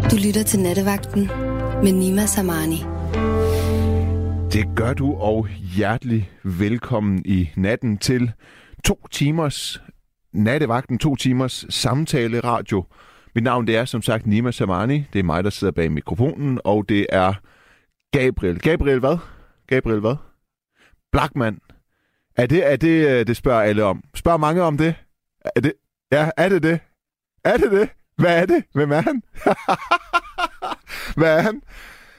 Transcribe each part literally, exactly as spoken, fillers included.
Du lytter til Nattevagten med Nima Samani. Det gør du, og hjertelig velkommen i natten til to timers Nattevagten, to timers samtale radio. Mit navn det er som sagt Nima Samani. Det er mig, der sidder bag mikrofonen, og det er Gabriel. Gabriel hvad? Gabriel hvad? Blachman. Er det, er det, det spørger alle om? Spørger mange om det? Er det? Ja, er det det? Er det det? Hvad er det? Hvem er han? Hvad er han?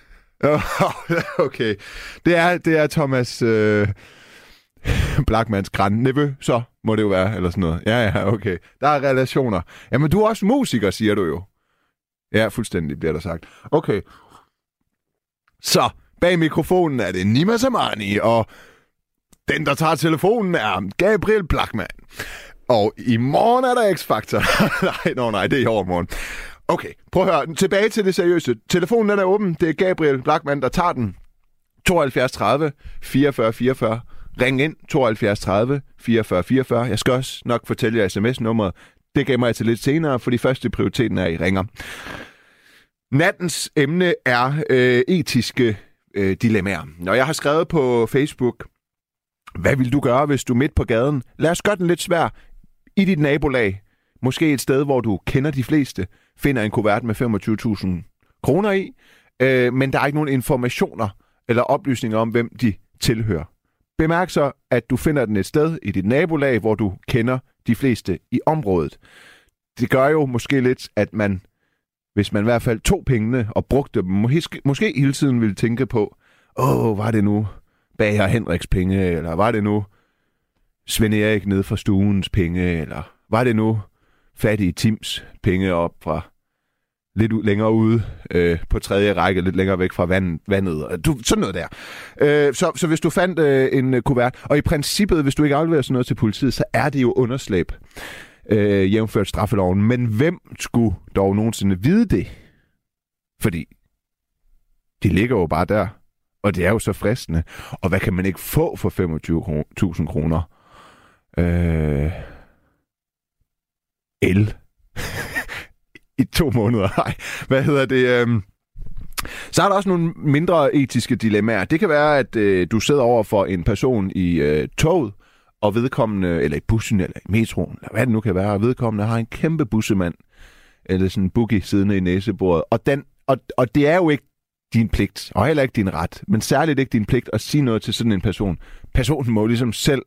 Okay. Det er, det er Thomas øh, Blachmans grandnevø, så må det jo være, eller sådan noget. Ja, ja, okay. Der er relationer. Jamen, du er også musiker, siger du jo. Ja, fuldstændig bliver der sagt. Okay. Så, bag mikrofonen er det Nima Samani, og den, der tager telefonen, er Gabriel Blachman. Og i morgen er der X-Factor. nej, no, nej, det er i overmorgen. Okay, prøv at høre. Tilbage til det seriøse. Telefonen er åben. Det er Gabriel Blachman, der tager den. tooghalvfjerds tredive fireogfyrre fireogfyrre. Ring ind. tooghalvfjerds tredive fireogfyrre fireogfyrre. Jeg skal også nok fortælle jer sms-nummeret. Det gav mig til lidt senere, fordi første prioriteten er, I ringer. Nattens emne er øh, etiske øh, dilemmaer. Når jeg har skrevet på Facebook, hvad vil du gøre, hvis du er midt på gaden? Lad os gøre den lidt svær. I dit nabolag, måske et sted, hvor du kender de fleste, finder en kuvert med femogtyve tusind kroner i, øh, men der er ikke nogen informationer eller oplysninger om, hvem de tilhører. Bemærk så, at du finder den et sted i dit nabolag, hvor du kender de fleste i området. Det gør jo måske lidt, at man, hvis man i hvert fald tog pengene og brugte dem, måske, måske hele tiden ville tænke på, åh, var det nu Bager Henriks penge, eller var det nu Svend Erik ned fra stuens penge, eller var det nu fattige Tims penge op fra lidt længere ude øh, på tredje række, lidt længere væk fra vand, vandet. Du, sådan noget der. Øh, så, så hvis du fandt øh, en kuvert, og i princippet, hvis du ikke afleverer sådan noget til politiet, så er det jo underslæb, øh, jævnført straffeloven. Men hvem skulle dog nogensinde vide det? Fordi de ligger jo bare der, og det er jo så fristende. Og hvad kan man ikke få for femogtyve tusind kroner? Øh... El. I to måneder. Nej, hvad hedder det? Øhm... Så er der også nogle mindre etiske dilemmaer. Det kan være, at øh, du sidder over for en person i øh, toget, og vedkommende, eller i bussen, eller i metroen, eller hvad det nu kan være, og vedkommende har en kæmpe bussemand, eller sådan en boogie siddende i næsebordet. Og, den, og, og det er jo ikke din pligt, og heller ikke din ret, men særligt ikke din pligt at sige noget til sådan en person. Personen må ligesom selv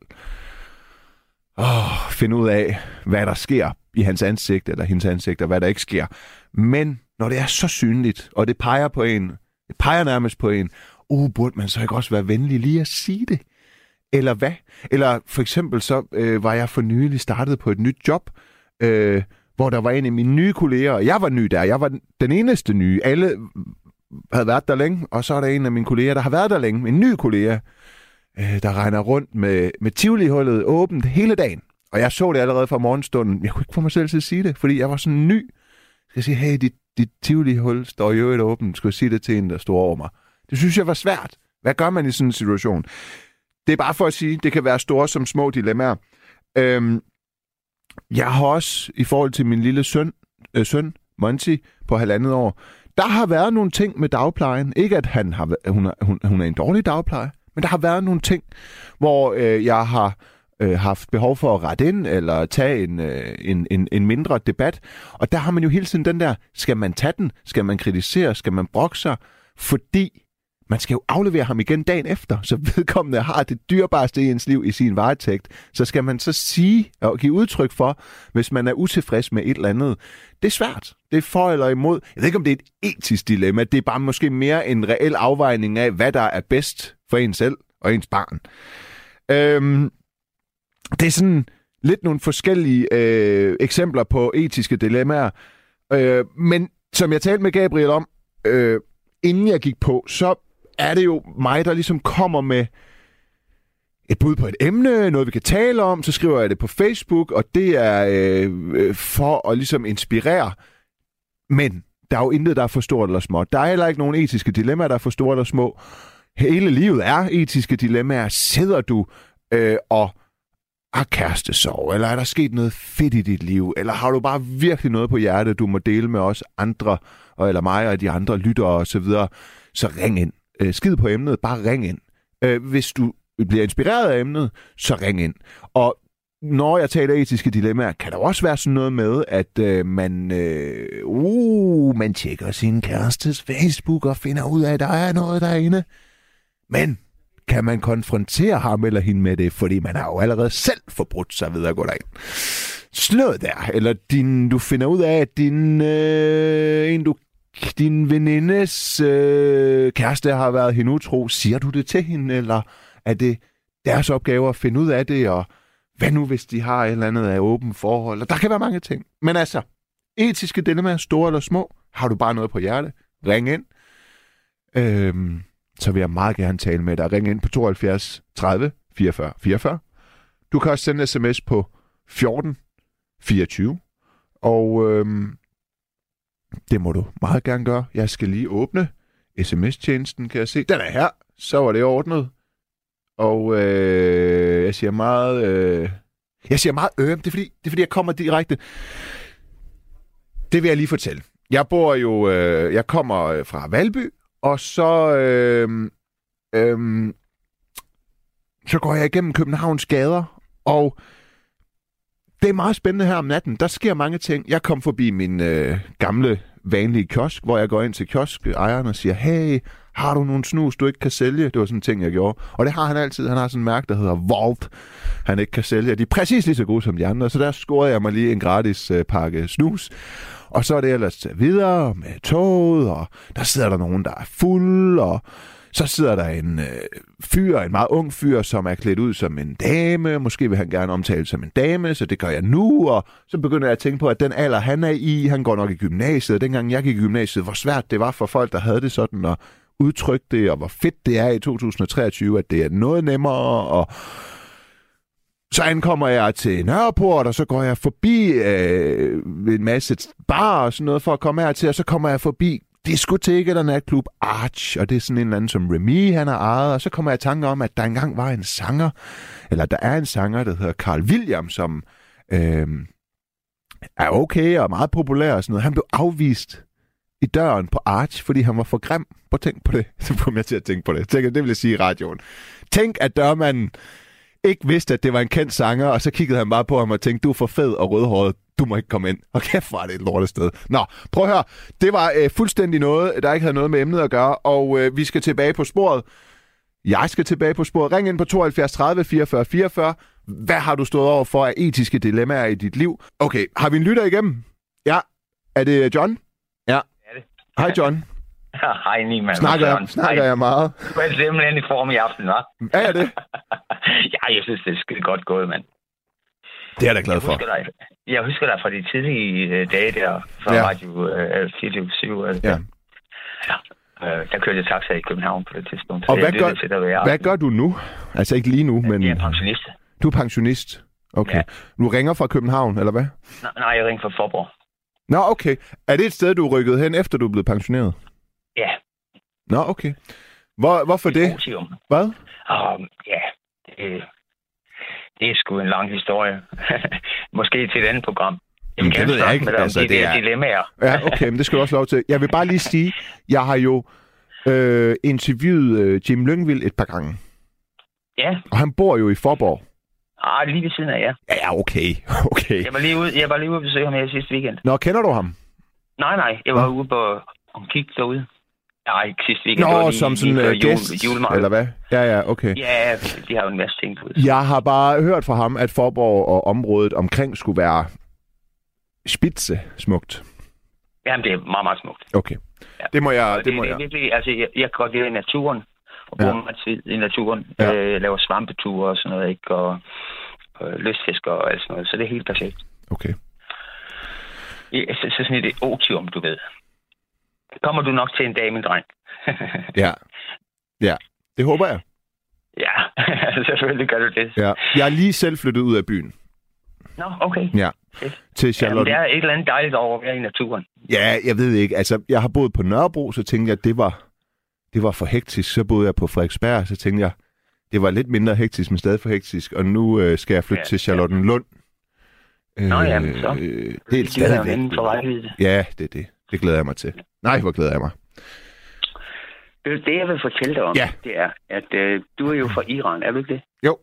åh, finde ud af, hvad der sker i hans ansigt, eller hendes ansigt, og hvad der ikke sker. Men når det er så synligt, og det peger på en, det peger nærmest på en, uh, burde man så ikke også være venlig lige at sige det? Eller hvad? Eller for eksempel så øh, var jeg for nylig startet på et nyt job, øh, hvor der var en af mine nye kolleger, og jeg var ny der, jeg var den eneste nye. Alle havde været der længe, og så er der en af mine kolleger, der har været der længe, en ny kollega, øh, der regner rundt med, med Tivoli-hullet åbent hele dagen. Og jeg så det allerede fra morgenstunden. Jeg kunne ikke få mig selv til at sige det, fordi jeg var sådan ny. Jeg skal sige, hey, dit, dit Tivoli-hul står jo et åbent. Skal jeg sige det til en, der stod over mig? Det synes jeg var svært. Hvad gør man i sådan en situation? Det er bare for at sige, det kan være store som små dilemmaer. Øhm, jeg har også, i forhold til min lille søn, øh, søn Monty, på halvandet år, der har været nogle ting med dagplejen. Ikke at han har, hun, er, hun, hun er en dårlig dagpleje, men der har været nogle ting, hvor øh, jeg har øh, haft behov for at rette ind, eller tage en, øh, en, en, en mindre debat. Og der har man jo hele tiden den der, skal man tage den? Skal man kritisere? Skal man brokke sig? Fordi man skal jo aflevere ham igen dagen efter, så vedkommende har det dyrebareste i ens liv i sin varetægt. Så skal man så sige og give udtryk for, hvis man er utilfreds med et eller andet. Det er svært. Det er for eller imod. Jeg ved ikke, om det er et etisk dilemma. Det er bare måske mere en reel afvejning af, hvad der er bedst for en selv og ens barn. Øhm, det er sådan lidt nogle forskellige øh, eksempler på etiske dilemmaer. Øh, men som jeg talte med Gabriel om, øh, inden jeg gik på, så er det jo mig, der ligesom kommer med et bud på et emne, noget vi kan tale om, så skriver jeg det på Facebook, og det er øh, for at ligesom inspirere. Men der er jo intet, der er for stort eller småt. Der er heller ikke nogen etiske dilemmaer, der er for store eller små. Hele livet er etiske dilemmaer. Sidder du øh, og har kærestesorg, eller er der sket noget fedt i dit liv, eller har du bare virkelig noget på hjertet, du må dele med os andre, eller mig og de andre lyttere og så videre, så ring ind. Øh, skid på emnet, bare ring ind. Øh, hvis du bliver inspireret af emnet, så ring ind. Og når jeg taler etiske dilemmaer, kan der også være sådan noget med, at øh, man, øh, uh, man tjekker sin kærestes Facebook og finder ud af, at der er noget derinde. Men kan man konfrontere ham eller hende med det, fordi man har jo allerede selv forbrudt sig ved at gå derind. Slået der, eller din, du finder ud af, at din, øh, en, du, din venindes øh, kæreste har været hende utro. Siger du det til hende, eller er det deres opgave at finde ud af det, og hvad nu, hvis de har et eller andet af åbent forhold? Og der kan være mange ting. Men altså, etiske dilemmaer, store eller små, har du bare noget på hjerte, ring ind. Øhm, så vil jeg meget gerne tale med dig. Ring ind på tooghalvfjerds tredive fireogfyrre fireogfyrre. Du kan også sende sms på fjorten fireogtyve. Og øhm, det må du meget gerne gøre. Jeg skal lige åbne sms-tjenesten, kan jeg se. Den er her. Så var det ordnet. Og øh, jeg siger meget... Øh, jeg siger meget øh, det er, fordi, det er fordi, jeg kommer direkte... Det vil jeg lige fortælle. Jeg bor jo... Øh, jeg kommer fra Valby, og så... Øh, øh, så går jeg igennem Københavns gader, og det er meget spændende her om natten. Der sker mange ting. Jeg kom forbi min øh, gamle, vanlige kiosk, hvor jeg går ind til kioskejeren og siger, hey, har du nogle snus, du ikke kan sælge? Det var sådan en ting, jeg gjorde. Og det har han altid. Han har sådan en mærke, der hedder Vault, han ikke kan sælge. De er præcis lige så gode som de andre, så der scorede jeg mig lige en gratis øh, pakke snus. Og så er det ellers videre med toget, og der sidder der nogen, der er fuld, og så sidder der en øh, fyr, en meget ung fyr, som er klædt ud som en dame. Måske vil han gerne omtale som en dame, så det gør jeg nu. Og så begynder jeg at tænke på, at den alder, han er i, han går nok i gymnasiet. Dengang jeg gik i gymnasiet, hvor svært det var for folk, der havde det sådan, at udtrykke det, og hvor fedt det er i to tusind treogtyve, at det er noget nemmere. Og så ankommer jeg til Nørreport, og så går jeg forbi øh, en masse bar og sådan noget for at komme hertil, og så kommer jeg forbi diskotek eller natklub Arch, og det er sådan en eller anden som Remy, han har ejet, og så kommer jeg i tanke om, at der engang var en sanger, eller der er en sanger, der hedder Carl William, som øh, er okay og meget populær og sådan noget. Han blev afvist i døren på Arch, fordi han var for grim. Prøv at tænk på det. Så kom jeg til at tænke på det. Tænk, det vil jeg sige i radioen. Tænk, at dørmanden ikke vidste, at det var en kendt sanger, og så kiggede han bare på ham og tænkte, du er for fed og rødhåret, du må ikke komme ind. Og kæft, var det et lortested. Nå, prøv at høre. Det var øh, fuldstændig noget, der ikke havde noget med emnet at gøre, og øh, vi skal tilbage på sporet. Jeg skal tilbage på sporet. Ring ind på tooghalvfjerds tredive fireogfyrre fireogfyrre. Hvad har du stået over for af etiske dilemmaer i dit liv? Okay, har vi en lytter igennem? Ja. Er det John? Ja. Er det? Hej John. Hej Niemann. Snakker, jeg, snakker jeg meget? Du er simpelthen i form i aften, hva'? Er jeg det? Ja, jeg synes, det er skide godt gået, mand. Det er jeg da glad for. Jeg husker dig, jeg husker dig fra de tidlige dage der, fra ja. Radio uh, fireogtyve syv. Altså. Ja. Ja. Uh, der kørte jeg taxa i København på det tidspunkt. Og hvad gør, til, hvad gør du nu? Altså ikke lige nu, men... Jeg er pensionist. Du er pensionist? Okay. Ja. Du ringer fra København, eller hvad? Nej, nej, jeg ringer fra Forborg. Nå, okay. Er det et sted, du er rykket hen, efter du er blevet pensioneret? Ja. Nå, okay. Hvor, hvorfor det? Otium. Hvad? Um, ja, det, det er sgu en lang historie. Måske til et andet program. Jamen, det ved jeg ikke. Med altså, de det der er... dilemmaer. Ja, okay, men det skal du også lov til. Jeg vil bare lige sige, jeg har jo øh, interviewet øh, Jim Lyngvild et par gange. Ja. Og han bor jo i Forborg. Ah, lige ved siden af, ja. Ja, okay. okay. Jeg var lige ude, jeg var lige ude at besøge ham her sidste weekend. Nå, kender du ham? Nej, nej. Jeg var Nå. ude på om kig derude. Nej, ikke sidste weekend. Nå, det var lige, som sådan en uh, gæst, jule, eller hvad? Ja, ja, okay. Ja, de har jo en masse ting ud. Jeg har bare hørt fra ham, at Forborg og området omkring skulle være spidse smukt. Jamen, det er meget, meget smukt. Okay. Ja. Det må jeg... Det, det, må det jeg. er virkelig... Altså, jeg, jeg går lidt i naturen, og bruger ja. meget tid i naturen. Ja. Øh, laver svampeture og sådan noget, ikke? Og, og lystfisker og alt sådan noget. Så det er helt perfekt. Okay. Ja, så, så sådan et otium, du ved. Kommer du nok til en dag, min dreng? Ja. Ja, det håber jeg. Ja, selvfølgelig gør du det. Ja. Jeg er lige selv flyttet ud af byen. Nå, okay. Ja. Til Charlotte. Jamen, det er et eller andet dejligt over at være i naturen. Ja, jeg ved ikke. Altså, jeg har boet på Nørrebro, så tænkte jeg, at det var, det var for hektisk. Så boede jeg på Frederiksberg, så tænkte jeg, det var lidt mindre hektisk, men stadig for hektisk, og nu øh, skal jeg flytte ja, til Charlottenlund. Ja. Nå ja, men så. Øh, det er stadig inden for rækkevidde. Ja, det er det. Det glæder jeg mig til. Nej, hvor glæder jeg mig. Det, jeg vil fortælle dig om, ja. det er, at øh, du er jo fra Iran, er du ikke det? Jo.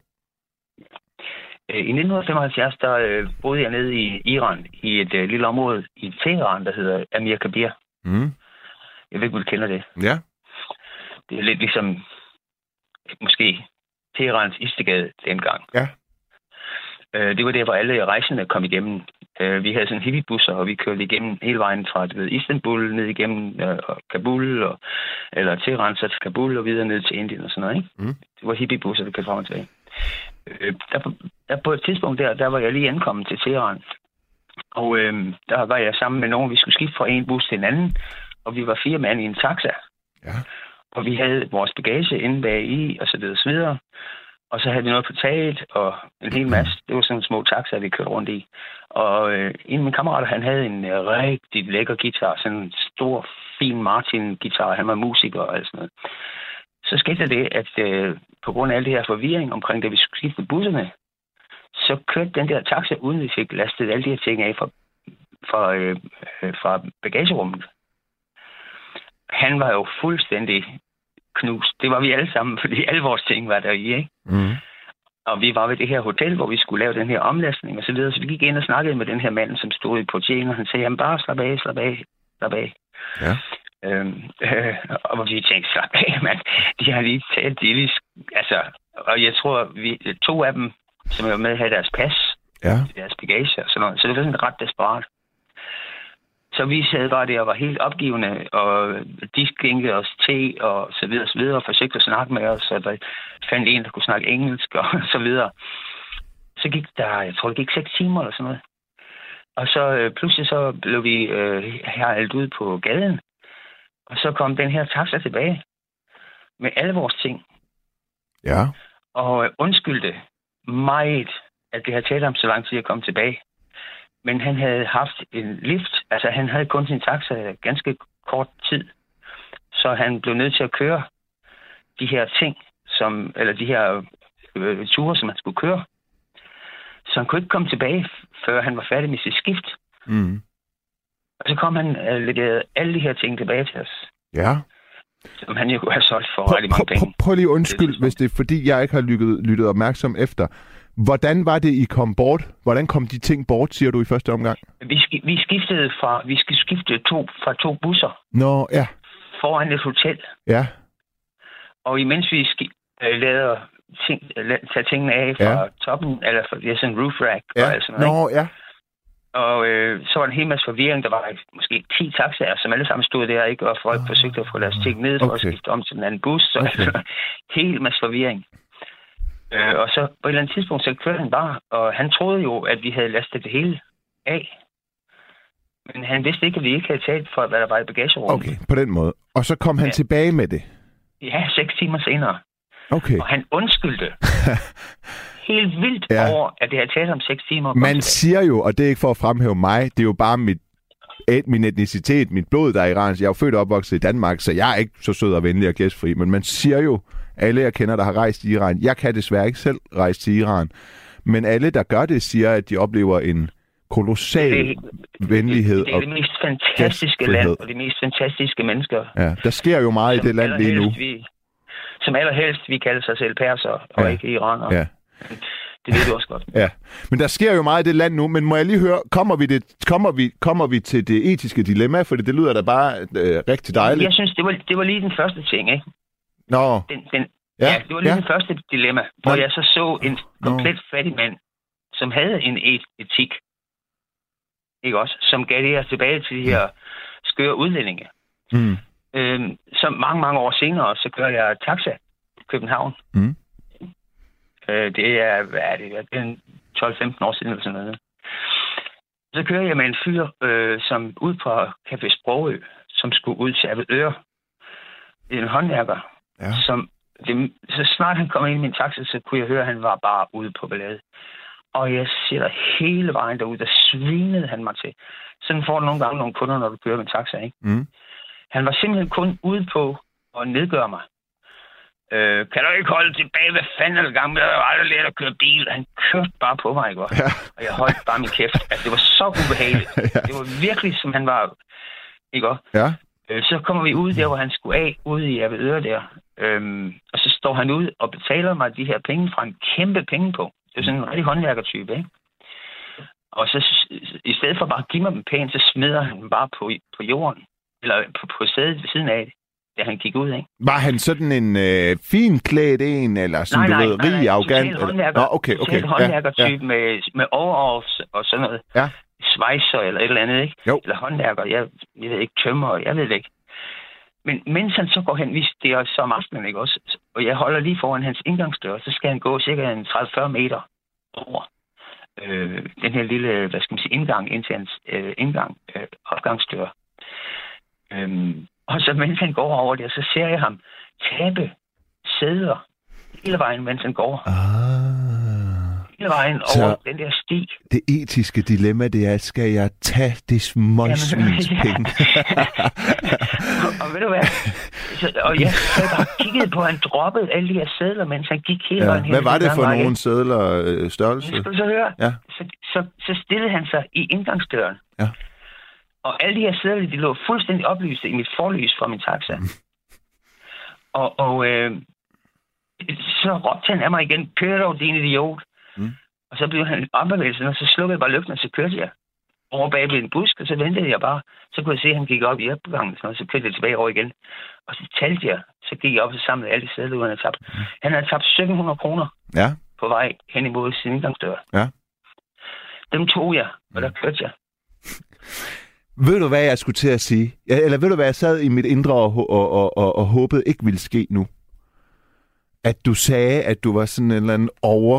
I nitten femoghalvfjerds, der øh, boede jeg nede i Iran, i et øh, lille område i Teheran, der hedder Amir Kabir. Mm. Jeg ved ikke, om du kender det. Ja. Det er lidt ligesom, måske, Teherans Istegade dengang. Ja. Øh, det var der, hvor alle rejsende kom igennem. Øh, vi havde sådan hippiebusser, og vi kørte igennem hele vejen fra du ved, Istanbul, ned igennem øh, Kabul, og, eller Teheran, så til Kabul, og videre ned til Indien og sådan noget, ikke? Mm. Det var hippiebusser, vi kørte frem og tilbage. Øh, der, der på et tidspunkt der, der var jeg lige ankommet til Teheran. Og øh, der var jeg sammen med nogen, vi skulle skifte fra en bus til en anden, og vi var fire mand i en taxa. Ja. Og vi havde vores bagage inde bag i, og så videre og så videre. Og så havde vi noget på taget, og en hel masse. Det var sådan en små taxaer, vi kørte rundt i. Og øh, en af mine kammerater, han havde en øh, rigtig lækker guitar. Sådan en stor, fin Martin-guitar. Han var musiker og alt sådan noget. Så skete det, at øh, på grund af al det her forvirring omkring, da vi skulle skifte busserne, så kørte den der taxa, uden vi fik lastet alle de her ting af fra, fra, øh, fra bagagerummet. Han var jo fuldstændig knust. Det var vi alle sammen, fordi alle vores ting var der i, ikke? Mm. Og vi var ved det her hotel, hvor vi skulle lave den her omlastning og så videre. Så vi gik ind og snakkede med den her mand, som stod i portieren, og han sagde, jamen bare slap af, slap af, slap af. Ja. Øhm, øh, og vi tænkte, slap af, mand. De har lige talt, de lige, altså, og jeg tror, vi, to af dem, som var med, havde deres pas, ja. deres bagage og sådan noget. Så det var sådan ret desperat. Så vi sad bare der og var helt opgivende, og de skænkede os te og så videre og så videre, og forsøgte at snakke med os, og der fandt en, der kunne snakke engelsk og så videre. Så gik der, jeg tror det gik seks timer eller sådan noget. Og så øh, pludselig så blev vi øh, heralt ud på gaden, og så kom den her taxa tilbage med alle vores ting. Ja. Og øh, undskyldte meget, at det havde taget ham så lang tid at komme tilbage. Men han havde haft en lift, altså han havde kun sin taxa ganske kort tid. Så han blev nødt til at køre de her ting, som, eller de her øh, ture, som han skulle køre. Så han kunne ikke komme tilbage, før han var færdig med sit skift. Mm. Og så kom han og leverede alle de her ting tilbage til os. Ja. Som han jo kunne have solgt for rigtig mange penge. Prøv lige undskyld, hvis det er fordi, jeg ikke har lyttet, lyttet opmærksom efter. Hvordan var det, I kom bort? Hvordan kom de ting bort, siger du i første omgang? Vi, sk- vi skiftede fra vi skiftede to fra to busser. Nå, ja. Foran et hotel. Ja. Og imens vi sk- øh, lavede ting, la- tage tingene af fra ja. toppen, eller fra det er sådan en roof rack ja. og alt sådan noget. Nå, ja. Og øh, så var der en hel masse forvirring. Der var måske ti taxaer, som alle sammen stod der, ikke? Og folk oh. forsøgte at få deres ting ned for okay. at skifte om til den anden bus. Så okay. altså, helt masse forvirring. Øh, og så på et eller andet tidspunkt, så kørte han bare, og han troede jo, at vi havde lastet det hele af. Men han vidste ikke, at vi ikke havde talt for, hvad der var i bagagerummet. Okay, på den måde. Og så kom han ja. tilbage med det? Ja, seks timer senere. Okay. Og han undskyldte helt vildt ja. over, at det havde taget ham seks timer. Man tilbage. Siger jo, og det er ikke for at fremhæve mig, det er jo bare mit, et, min etnicitet, mit blod, der er iransk. Jeg er jo født og opvokset i Danmark, så jeg er ikke så sød og venlig og gæstfri. Men man siger jo, alle jeg kender, der har rejst i Iran, jeg kan desværre ikke selv rejse til Iran, men alle, der gør det, siger, at de oplever en kolossal det, det, venlighed og det, det er det mest fantastiske land, og de mest fantastiske mennesker. Ja, der sker jo meget i det land lige nu. Vi, som allerhelst, vi kalder sig selv perser, og ja. ikke iranere. Ja. Det ved du også godt. Ja, men der sker jo meget i det land nu, men må jeg lige høre, kommer vi, det, kommer vi, kommer vi til det etiske dilemma, for det, det lyder da bare øh, rigtig dejligt. Jeg synes, det var, det var lige den første ting, ikke? Nå. Den, den, ja, ja, det var lige ja. den første dilemma, hvor Nå. jeg så så en komplet Nå. fattig mand, som havde en etik, ikke også? Som gav det her tilbage til de her skøre udlændinge. Mm. Øhm, så mange, mange år senere, så kører jeg taxa i København. Mm. Øh, det er, hvad er det, det er tolv femten år siden eller sådan noget. Så kører jeg med en fyr, øh, som ud på Café Sprogø, som skulle ud til Avedøre. En håndværker, ja. som det, så snart han kom ind i min taxa, så kunne jeg høre, at han var bare ude på ballade. Og jeg sætter hele vejen derude, der svinede han mig til. Sådan får du nogle gange nogle kunder, når du kører med taxa, ikke? Mm. Han var simpelthen kun ude på at nedgøre mig. Øh, kan du ikke holde tilbage? Hvad fanden er det gang med? Jeg har aldrig lært at køre bil. Han kørte bare på mig, ikke? Ja. Og jeg holdt bare min kæft. Altså, det var så ubehageligt. Ja. Det var virkelig, som han var, ikke? Ja. Øh, så kommer vi ud der, hvor han skulle af, ude i Avedøre der. Øhm, og så står han ud og betaler mig de her penge fra en kæmpe penge på. Det er sådan en rigtig håndværkertype, ikke? Og så i stedet for bare at give mig dem pænt, så smider han dem bare på, på jorden. Eller på, på sædet ved siden af det. Da han gik ud, ikke? Var han sådan en øh, finklædt en, eller sådan, nej, nej, du ved, rig, arrogant? Total håndværker, Nå, okay, okay. Total håndværkertype ja, ja. med, med overalls og sådan noget. Ja. Svejser eller et eller andet, ikke? Jo. Eller håndværker, jeg, jeg ved ikke, tømmer, jeg ved det ikke. Men mens han så går hen, det er så om aftenen, ikke også? Og jeg holder lige foran hans indgangsdør, så skal han gå cirka en tredive til fyrre meter over øh, den her lille, hvad skal man sige, indgang ind til hans øh, indgang, øh, opgangsdør. Øhm, Og så mens han går over der, så ser jeg ham tabe sæder hele vejen, mens han går. Ah. Hele vejen så over den der sti. Det etiske dilemma, det er, skal jeg tage det smøgsvins penge? og, og ved du hvad? Så, og jeg så bare kiggede på, at han droppede alle de her sædler, mens han gik hele ja. vejen. Hvad var det for nogle sædler øh, størrelse? Jeg skulle så høre. Ja. Så, så, så stillede han sig i indgangsdøren. Ja. Og alle de her sædler, de lå fuldstændig oplyste i mit forlys fra min taxa. Mm. Og, og øh, så råbte han af mig igen, kør dog, din idiot. Mm. Og så blev han opbevægelsen, og så slukkede jeg bare lygten, og så kørte jeg over bag ved en busk, og så ventede jeg bare. Så kunne jeg se, at han gik op i opgangen, og så kørte jeg tilbage over igen. Og så talte jeg, så gik jeg op og samlede alle de sædler, han havde tabt. Mm. Han havde tabt syv hundrede kroner ja. på vej hen imod sin indgangsdør. Ja. Dem tog jeg, og der kørte jeg. Ved du, hvad jeg skulle til at sige? Eller ved du, hvad jeg sad i mit indre og, og, og, og, og håbede ikke ville ske nu? At du sagde, at du var sådan en eller anden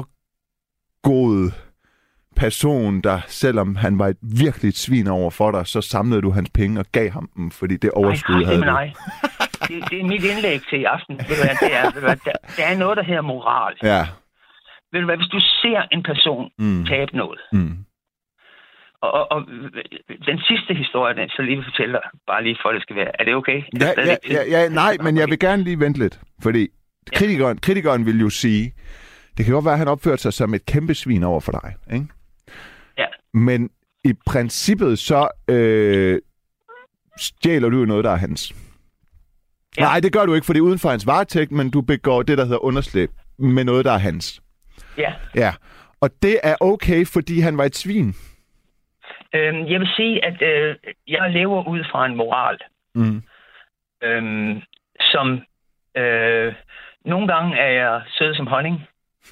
overgået person, der selvom han var et virkelig svin over for dig, så samlede du hans penge og gav ham dem, fordi det overskud nej, havde du. Nej, det, det er mit indlæg til i aften. Ved du hvad, det er, ved du hvad, der, der er noget, der hedder moral. Ja. Ved du hvad, hvis du ser en person mm. tabe noget, mm. Og, og, og den sidste historie, den så lige vil fortælle dig, bare lige for at det skal være. Er det okay? Ja, ja, ja, ja, nej, men jeg vil gerne lige vente lidt. Fordi ja. kritikeren, kritikeren vil jo sige, det kan godt være, at han opførte sig som et kæmpe svin over for dig. Ikke? Ja. Men i princippet så øh, stjæler du jo noget, der er hans. Ja. Nej, det gør du ikke, for det er uden for hans varetægt, men du begår det, der hedder underslæb med noget, der er hans. Ja. Ja. Og det er okay, fordi han var et svin. Øhm, jeg vil sige, at øh, jeg lever ud fra en moral, mm. øhm, som øh, nogle gange er jeg sød som honning,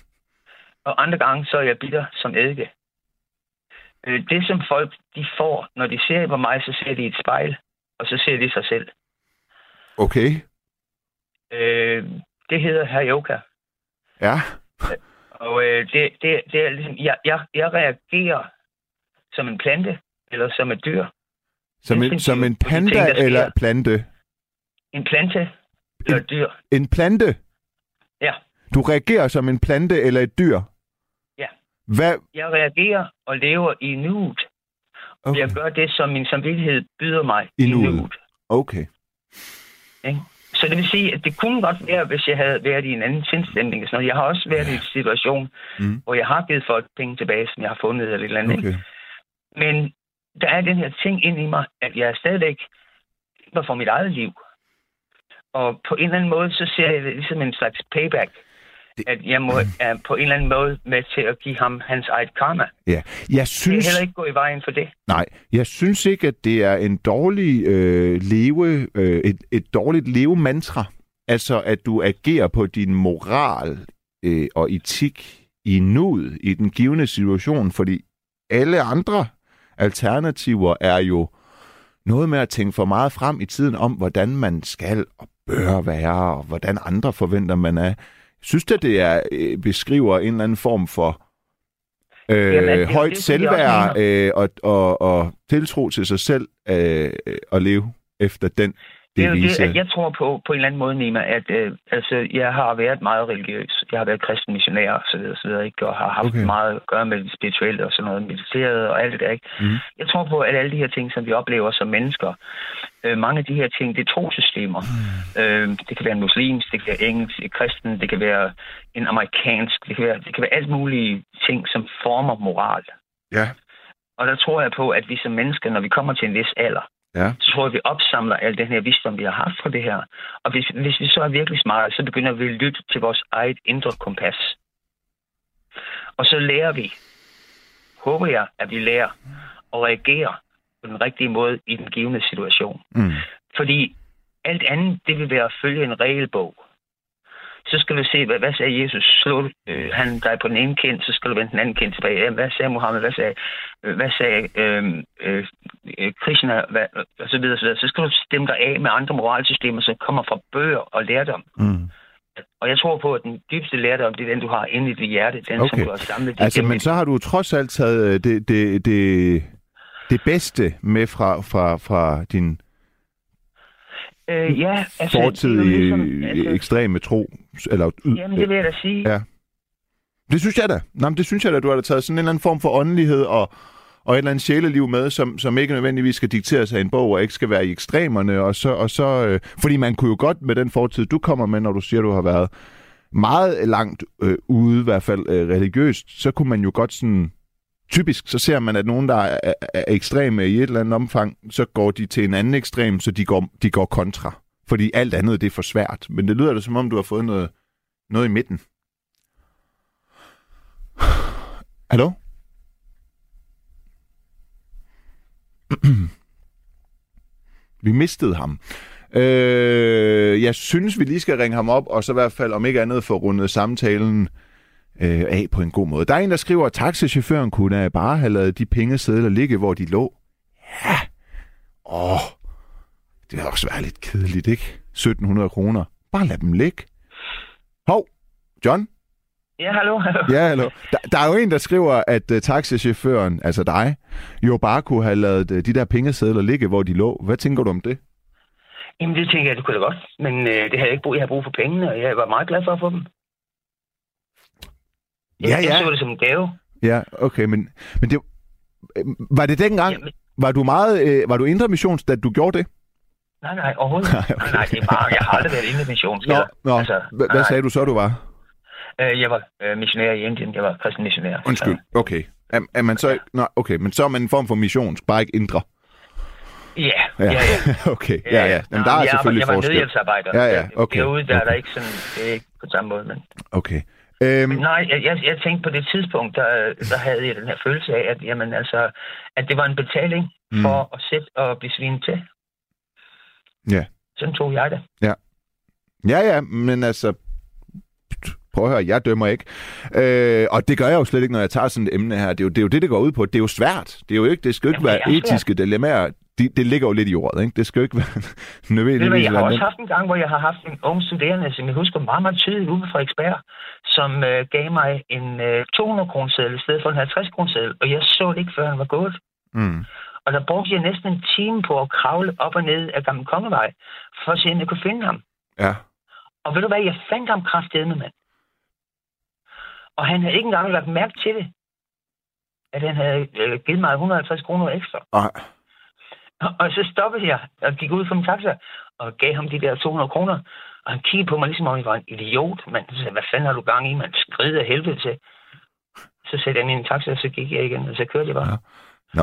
og andre gange så er jeg bitter som eddike. Øh, det, som folk de får, når de ser på mig, så ser de et spejl, og så ser de sig selv. Okay. Øh, det hedder Heryoka. Ja. Og øh, det, det, det er ligesom, jeg, jeg, jeg reagerer som en plante, eller som et dyr. Som en, som en panda ting, eller plante? En plante eller et dyr. En plante? Ja. Du reagerer som en plante eller et dyr? Ja. Hvad? Jeg reagerer og lever i nuet. Okay. Jeg gør det, som min samvittighed byder mig i, i nuet. nuet. Okay. Ja. Så det vil sige, at det kunne godt være, hvis jeg havde været i en anden sindstemning. Jeg har også været i en situation, mm. hvor jeg har givet folk penge tilbage, som jeg har fundet eller et eller andet. Okay. Men der er den her ting ind i mig, at jeg stadigvæk kæmper for mit eget liv. Og på en eller anden måde, så ser jeg det ligesom en slags payback. Det... At jeg må, er på en eller anden måde med til at give ham hans eget karma. Ja, jeg synes... Det er heller ikke gå i vejen for det. Nej, jeg synes ikke, at det er en dårlig øh, leve, øh, et, et dårligt levemantra. Altså, at du agerer på din moral øh, og etik i nuet, i den givne situation, fordi alle andre alternativer er jo noget med at tænke for meget frem i tiden om, hvordan man skal og bør være, og hvordan andre forventer, man er. Synes du, det er, øh, beskriver en eller anden form for øh, Jamen, det, højt det, selvværd øh, og, og, og tiltro til sig selv øh, at leve efter den det er vise... det, jeg tror på, på en eller anden måde, Nima, at øh, altså, jeg har været meget religiøs. Jeg har været kristen missionær og så videre, så videre, ikke? Og har haft okay. meget at gøre med det spirituelle og sådan noget, mediteret og alt det der, ikke? Mm. Jeg tror på, at alle de her ting, som vi oplever som mennesker, øh, mange af de her ting, det er trosystemer. Mm. Øh, det kan være en muslimsk, det kan være engelsk, kristen, det kan være en amerikansk, det kan være, det kan være alt mulige ting, som former moral. Ja. Og der tror jeg på, at vi som mennesker, når vi kommer til en vis alder, ja. så tror jeg, at vi opsamler al den her visdom, vi har haft fra det her. Og hvis, hvis vi så er virkelig smarte, så begynder vi at lytte til vores eget indre kompas. Og så lærer vi, håber jeg, at vi lærer at reagere på den rigtige måde i den givne situation. Mm. Fordi alt andet, det vil være at følge en regelbog. Så skal du se, hvad, hvad sagde Jesus? Slå øh, han dig på den ene kind, så skal du vende den anden kind tilbage. Ja, hvad sagde Mohammed? Hvad sagde, øh, hvad sagde øh, øh, Krishna? Hvad, og så videre, så videre. Så skal du stemme dig af med andre moralsystemer, som kommer fra bøger og lærdom. Mm. Og jeg tror på, at den dybeste lærdom, det er den, du har inde i dit hjerte. Den, okay. som du har samlet. Altså, men så har du trods alt taget det, det, det, det bedste med fra, fra, fra din... Øh, ja, altså... fortidige ligesom, altså, ekstreme tro, eller... Jamen, det vil jeg da sige. Ja. Det synes jeg da. Nå, men det synes jeg da, du har da taget sådan en eller anden form for åndelighed og, og et eller andet sjæleliv med, som, som ikke nødvendigvis skal dikteres af en bog, og ikke skal være i ekstremerne, og så... Og så øh, fordi man kunne jo godt med den fortid, du kommer med, når du siger, du har været meget langt øh, ude, i hvert fald øh, religiøst, så kunne man jo godt sådan... Typisk så ser man, at nogen, der er, er, er ekstreme i et eller andet omfang, så går de til en anden ekstrem, så de går, de går kontra. Fordi alt andet, det er for svært. Men det lyder da, som om du har fået noget, noget i midten. Hallo? Vi mistede ham. Øh, jeg synes, vi lige skal ringe ham op, og så i hvert fald, om ikke andet, få rundet samtalen øh, af på en god måde. Der er en, der skriver, at taxichaufføren kunne bare have lavet de pengesedler ligge, hvor de lå. Ja. Åh, det vil også være lidt kedeligt, ikke? sytten hundrede kroner. Bare lad dem ligge. Hov, John? Ja, hallo. Ja, hallo. Der, der er jo en, der skriver, at uh, taxichaufføren, altså dig, jo bare kunne have lavet uh, de der pengesedler ligge, hvor de lå. Hvad tænker du om det? Jamen, det tænker jeg, det kunne da godt. Men øh, det havde jeg ikke brug. Jeg havde brug for pengene, og jeg var meget glad for at få dem. Jeg, ja, ja. Jeg så det som en gave. Ja, okay, men, men det, var det dengang, Jamen. var du meget, øh, var du indre missions, da du gjorde det? Nej, nej, overhovedet. Nej, okay. nej, nej, det er bare, jeg har aldrig været indre missions. Nå, nå. Altså, hvad nej. sagde du så, du var? Jeg var øh, missionær i Indien. Jeg var kristen missionær. Undskyld, okay. Er, er man så, ja. Nå, okay, men så er man en form for missions, bare ikke indre. Ja, ja, ja. ja. Okay, ja, ja. Men der er jeg selvfølgelig var, jeg forskel. Jeg var nødhjælpsarbejder. Ja, ja, okay. Derude, der okay. er der ikke sådan, det er ikke på samme måde, men... Okay. Øhm... Men nej, jeg, jeg, jeg tænkte på det tidspunkt, der, der havde jeg den her følelse af, at, jamen, altså, at det var en betaling mm. for at sætte og blive svinet til. Ja. Sådan tog jeg det. Ja. Ja, ja, men altså... Prøv at høre, jeg dømmer ikke. Øh, og det gør jeg jo slet ikke, når jeg tager sådan et emne her. Det er jo det, er jo det, det går ud på. Det er jo svært. Det er jo ikke, det skal jo ikke Jamen, være etiske dilemmaer. Det, det ligger jo lidt i ordet, ikke? Det skal jo ikke være nødvendigvis. Jeg har også haft en gang, hvor jeg har haft en ung studerende, som jeg husker meget, meget tydeligt ude fra Frederiksberg, som øh, gav mig en øh, to hundrede kroner seddel i stedet for en halvtreds kroner seddel, og jeg så det ikke, før han var gået. Mm. Og der brugte jeg næsten en time på at kravle op og ned af Gamle Kongevej, for at se, om jeg kunne finde ham. Ja. Og ved du hvad, jeg fandt ham kraftedeme, mand. Og han havde ikke engang lagt mærke til det, at han havde øh, givet mig et hundrede og halvtreds kroner ekstra. Ej. Og, og så stoppede jeg og gik ud fra min taxa og gav ham de der to hundrede kroner. Og han kiggede på mig, ligesom om jeg var en idiot. Man sagde, hvad fanden har du gang i, man? Skrid af helvede til. Så satte jeg ind i en taxa, og så gik jeg igen, og så kørte jeg bare. Ja. Nå.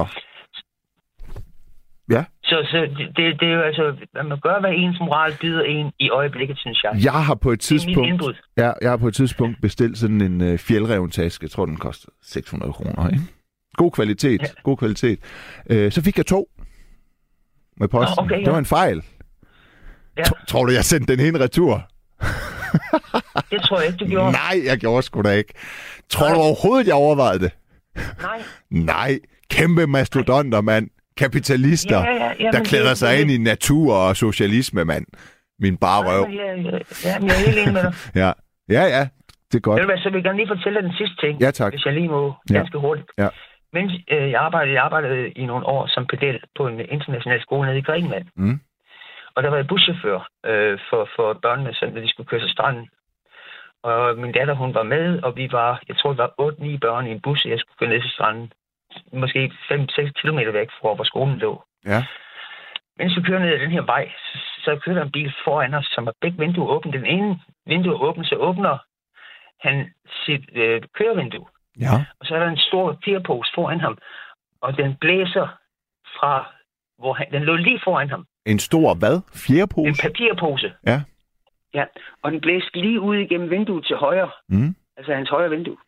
Ja. Så, så det, det er jo altså, at man gør, hvad ens moral byder en i øjeblikket, synes jeg. Jeg har på et tidspunkt, ja, jeg har på et tidspunkt bestilt sådan en uh, fjeldreventæske. Jeg tror, den koster seks hundrede kroner, ikke? God kvalitet, ja. god kvalitet. Uh, så fik jeg to med posten. Oh, okay, ja. Det var en fejl. Ja. T- tror du, jeg sendte den hen retur? Det tror jeg ikke, du gjorde. Nej, jeg gjorde sgu da ikke. Tror Nej. du overhovedet, jeg overvejede det? Nej. Nej, kæmpe mastodonter, mand. Kapitalister, ja, ja, ja, der klæder sig det, ind i natur og socialisme, mand. Min bare røv. Ja, ja, ja, men jeg er helt enig med dig. ja. ja, ja, det er godt. Så vil jeg gerne lige fortælle dig den sidste ting, ja, tak. hvis jeg lige må ganske ja. hurtigt. Ja. Mens øh, jeg, arbejdede, jeg arbejdede i nogle år som pedel på en international skole nede i Grækenland. Mm. og der var jeg buschauffør øh, for, for børnene, så når de skulle køre til stranden. Og min datter, hun var med, og vi var, jeg tror, vi var otte ni børn i en bus, og jeg skulle køre ned til stranden. Måske fem seks kilometer væk fra, hvor skolen lå. Ja. Mens vi kører ned ad den her vej, så, så kører der en bil foran os, som er begge vinduer åbne. Den ene vindue er åbent, så åbner han sit øh, kørevindue. Ja. Og så er der en stor papirpose foran ham, og den blæser fra, hvor han, den lå lige foran ham. En stor hvad? Fjerpose? En papirpose. Ja. Ja, og den blæste lige ud igennem vinduet til højre. Mm. Altså hans højre vindue.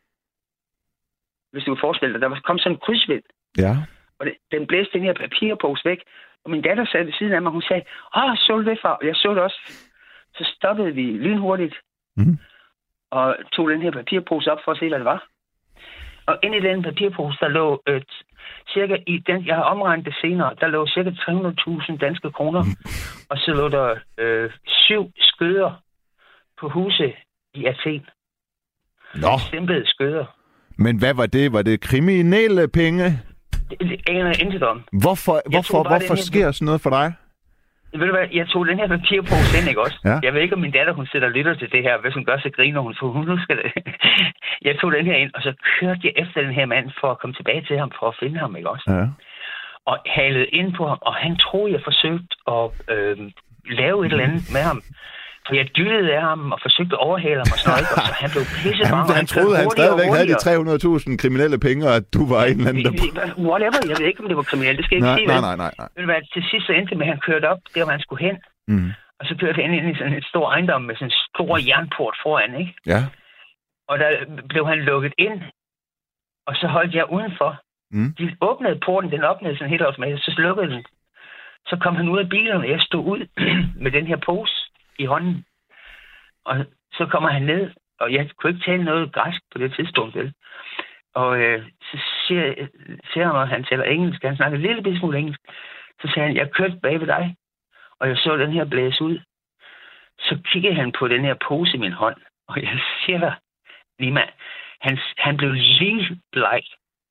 Hvis du kan forestille dig, der kom sådan en krydsvind. Ja. Og det, den blæste den her papirpose væk. Og min datter sad ved siden af mig, hun sagde, åh, så du det, far? Og jeg så det også. Så stoppede vi lynhurtigt. Mm. Og tog den her papirpose op for at se, hvad det var. Og inde i den papirpose, der lå øh, cirka i den, jeg har omregnet det senere, der lå cirka tre hundrede tusind danske kroner. Mm. Og så lå der øh, syv skøder på huse i Athen. Nå. Stempede skøder. Men hvad var det? Var det kriminelle penge? Det, det aner jeg intet om. Hvorfor, hvorfor, hvorfor sker her... sådan noget for dig? Ved du hvad, jeg tog den her papirpose ind, ikke også? Ja. Jeg ved ikke, om min datter, hun sidder og lytter til det her, hvis hun gør, så griner hun, for hun nu skal det. Jeg tog den her ind, og så kørte jeg efter den her mand, for at komme tilbage til ham, for at finde ham, ikke også? Ja. Og halede ind på ham, og han troede, jeg forsøgte at øh, lave et eller andet med ham. For jeg dyttede af ham og forsøgte at overhale ham og sådan noget, og så han blev pisse han, han, han troede, han stadigvæk havde de tre hundrede tusind kriminelle penge, og at du var en eller anden, der... Whatever, jeg ved ikke, om det var kriminelt. Det skal jeg ikke sige. Nej, nej, nej, nej. Ved du hvad, til sidst så endte med, at han kørte op, der hvor han skulle hen. Mm. Og så kørte han ind i sådan en stor ejendom med sådan en stor jernport foran, ikke? Ja. Og der blev han lukket ind, og så holdt jeg udenfor. Mm. De åbnede porten, den åbnede sådan helt automatisk, så slukkede den. Så kom han ud af bilen, og jeg stod ud med den her pose i hånden. Og så kommer han ned, og jeg kunne ikke tale noget græsk på det tidspunkt, vel? Og øh, så siger, siger han, at han taler engelsk, han snakker en lille bitte smule engelsk. Så sagde han, jeg kørte bag ved dig, og jeg så den her blæse ud. Så kiggede han på den her pose i min hånd, og jeg siger dig, Nima, han, han blev lige bleg.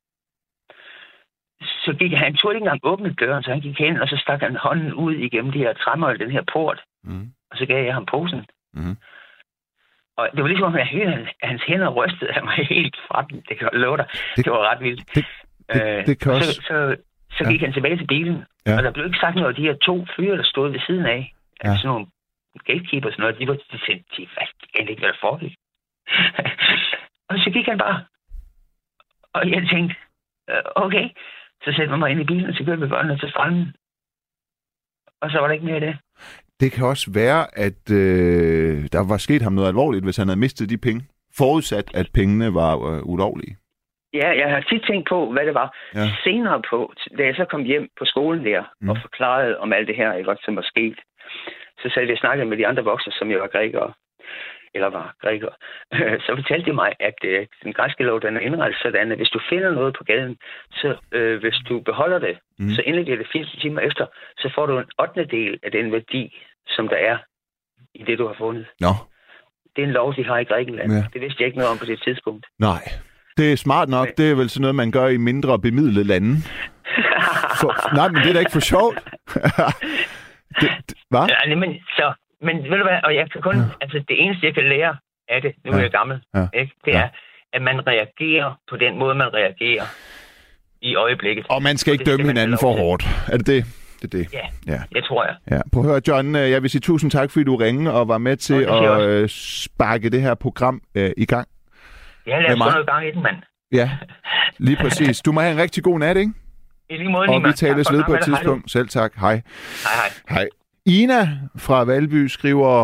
Så gik han, han tog ikke engang åbne døren, så han gik hen, og så stak han hånden ud igennem de her træmøl, den her port. Mm. Og så gav jeg ham posen. Mm. Og det var ligesom, at jeg hørte, at hans hænder rystede af mig helt fra den. Det kan jeg love dig. Det, det var ret vildt. Det, det, det, det kan også... Så, så, så gik ja. han tilbage til bilen, ja. Og der blev ikke sagt noget af de her to fyre, der stod ved siden af. Ja. Altså sådan nogle gatekeepers og noget. De var de sagde, de vidste ikke, hvad der foregik. Og så gik han bare. Og jeg tænkte, okay. Så satte jeg mig ind i bilen, og så kørte vi børnene til stranden. Og så var der ikke mere af det. Det kan også være, at øh, der var sket ham noget alvorligt, hvis han havde mistet de penge. Forudsat, at pengene var øh, ulovlige. Ja, jeg har tit tænkt på, hvad det var. Ja. Senere på, da jeg så kom hjem på skolen der, mm. og forklarede om alt det her, ikke, som var sket, så sad vi og snakkede med de andre voksne, som jo var grækere, eller var grækere. Så fortalte de mig, at øh, den græske lov, den er indrettet sådan, at hvis du finder noget på gaden, så øh, hvis du beholder det, mm. så indlægger det firs timer efter, så får du en ottende del af den værdi, som der er i det, du har fundet. Nå. Det er en lov, de har i Grækenland. Ja. Det vidste jeg ikke noget om på det tidspunkt. Nej. Det er smart nok. Det er vel sådan noget, man gør i mindre bemidlede lande. For, nej, men det er da ikke for sjovt. det, det, hvad? Ja, men, så, men ved du hvad, og jeg kan kun, ja. altså det eneste, jeg kan lære af det, nu ja. er jeg gammel, ja. ikke? det ja. er, at man reagerer på den måde, man reagerer i øjeblikket. Og man skal ikke dømme hinanden for hårdt. Er det det? Det er det. Ja, ja, det tror jeg. Ja. Prøv at høre, John, jeg vil sige tusind tak, fordi du ringede og var med til at øh, sparke det her program øh, i gang. Ja, lad os få noget gang i den, mand. Ja, lige præcis. Du må have en rigtig god nat, ikke? I lige måde, og vi tales ved på et tidspunkt. Selv tak. Hej. Hej, hej. Hej. Ina fra Valby skriver,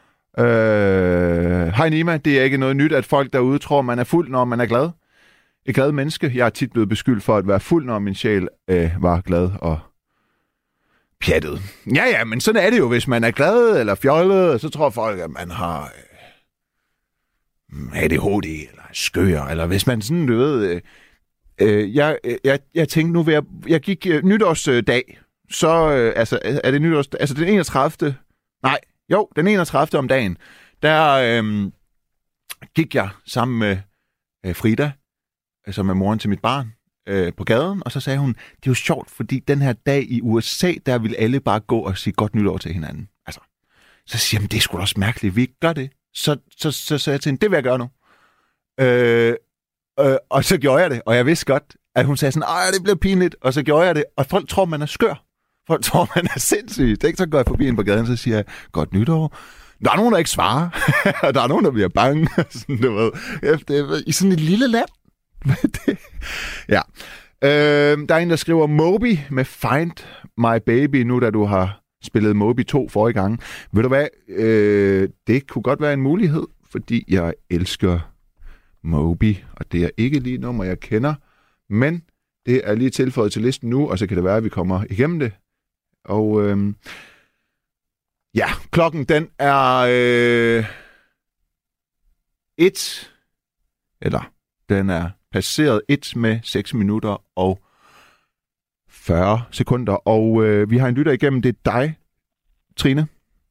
øh, hej Nima, det er ikke noget nyt, at folk derude tror, man er fuld, når man er glad. Et glad menneske. Jeg er tit blevet beskyldt for at være fuld, når min sjæl øh, var glad og pjattet. Ja, ja, men sådan er det jo, hvis man er glad eller fjollet, så tror folk, at man har øh, A D H D eller skør, eller hvis man sådan, du ved... Øh, øh, jeg, jeg, jeg tænkte nu, jeg, jeg gik øh, nytårsdag, så øh, altså, er det nytårsdag, altså den enogtredivte Nej, jo, den enogtredivte om dagen, der øh, gik jeg sammen med øh, Frida, som er moren til mit barn, øh, på gaden, og så sagde hun, det er jo sjovt, fordi den her dag i U S A, der ville alle bare gå og sige godt nytår til hinanden. Altså, så siger jeg, det er sgu da også mærkeligt, vi ikke gør det. Så, så, så sagde jeg til hende, det vil jeg gøre nu. Øh, øh, og så gjorde jeg det, og jeg vidste godt, at hun sagde sådan, ej, det blev pinligt, og så gjorde jeg det, og folk tror, man er skør. Folk tror, man er sindssyg. Det er ikke så, går jeg forbi en på gaden, så siger jeg, godt nytår. Der er nogen, der ikke svarer, og der er nogen, der bliver bange, sådan, du ved, efter, i sådan et lille land. det, ja. Øh, der er en, der skriver, Moby med Find My Baby, nu da du har spillet Moby to forrige gang. Ved du hvad, øh, det kunne godt være en mulighed, fordi jeg elsker Moby, og det er ikke lige et nummer, jeg kender, men det er lige tilføjet til listen nu, og så kan det være, at vi kommer igennem det. Og øh, ja, klokken den er øh, et, eller den er passeret et med seks minutter og fyrre sekunder, og øh, vi har en lytter igennem. Det er dig, Trine.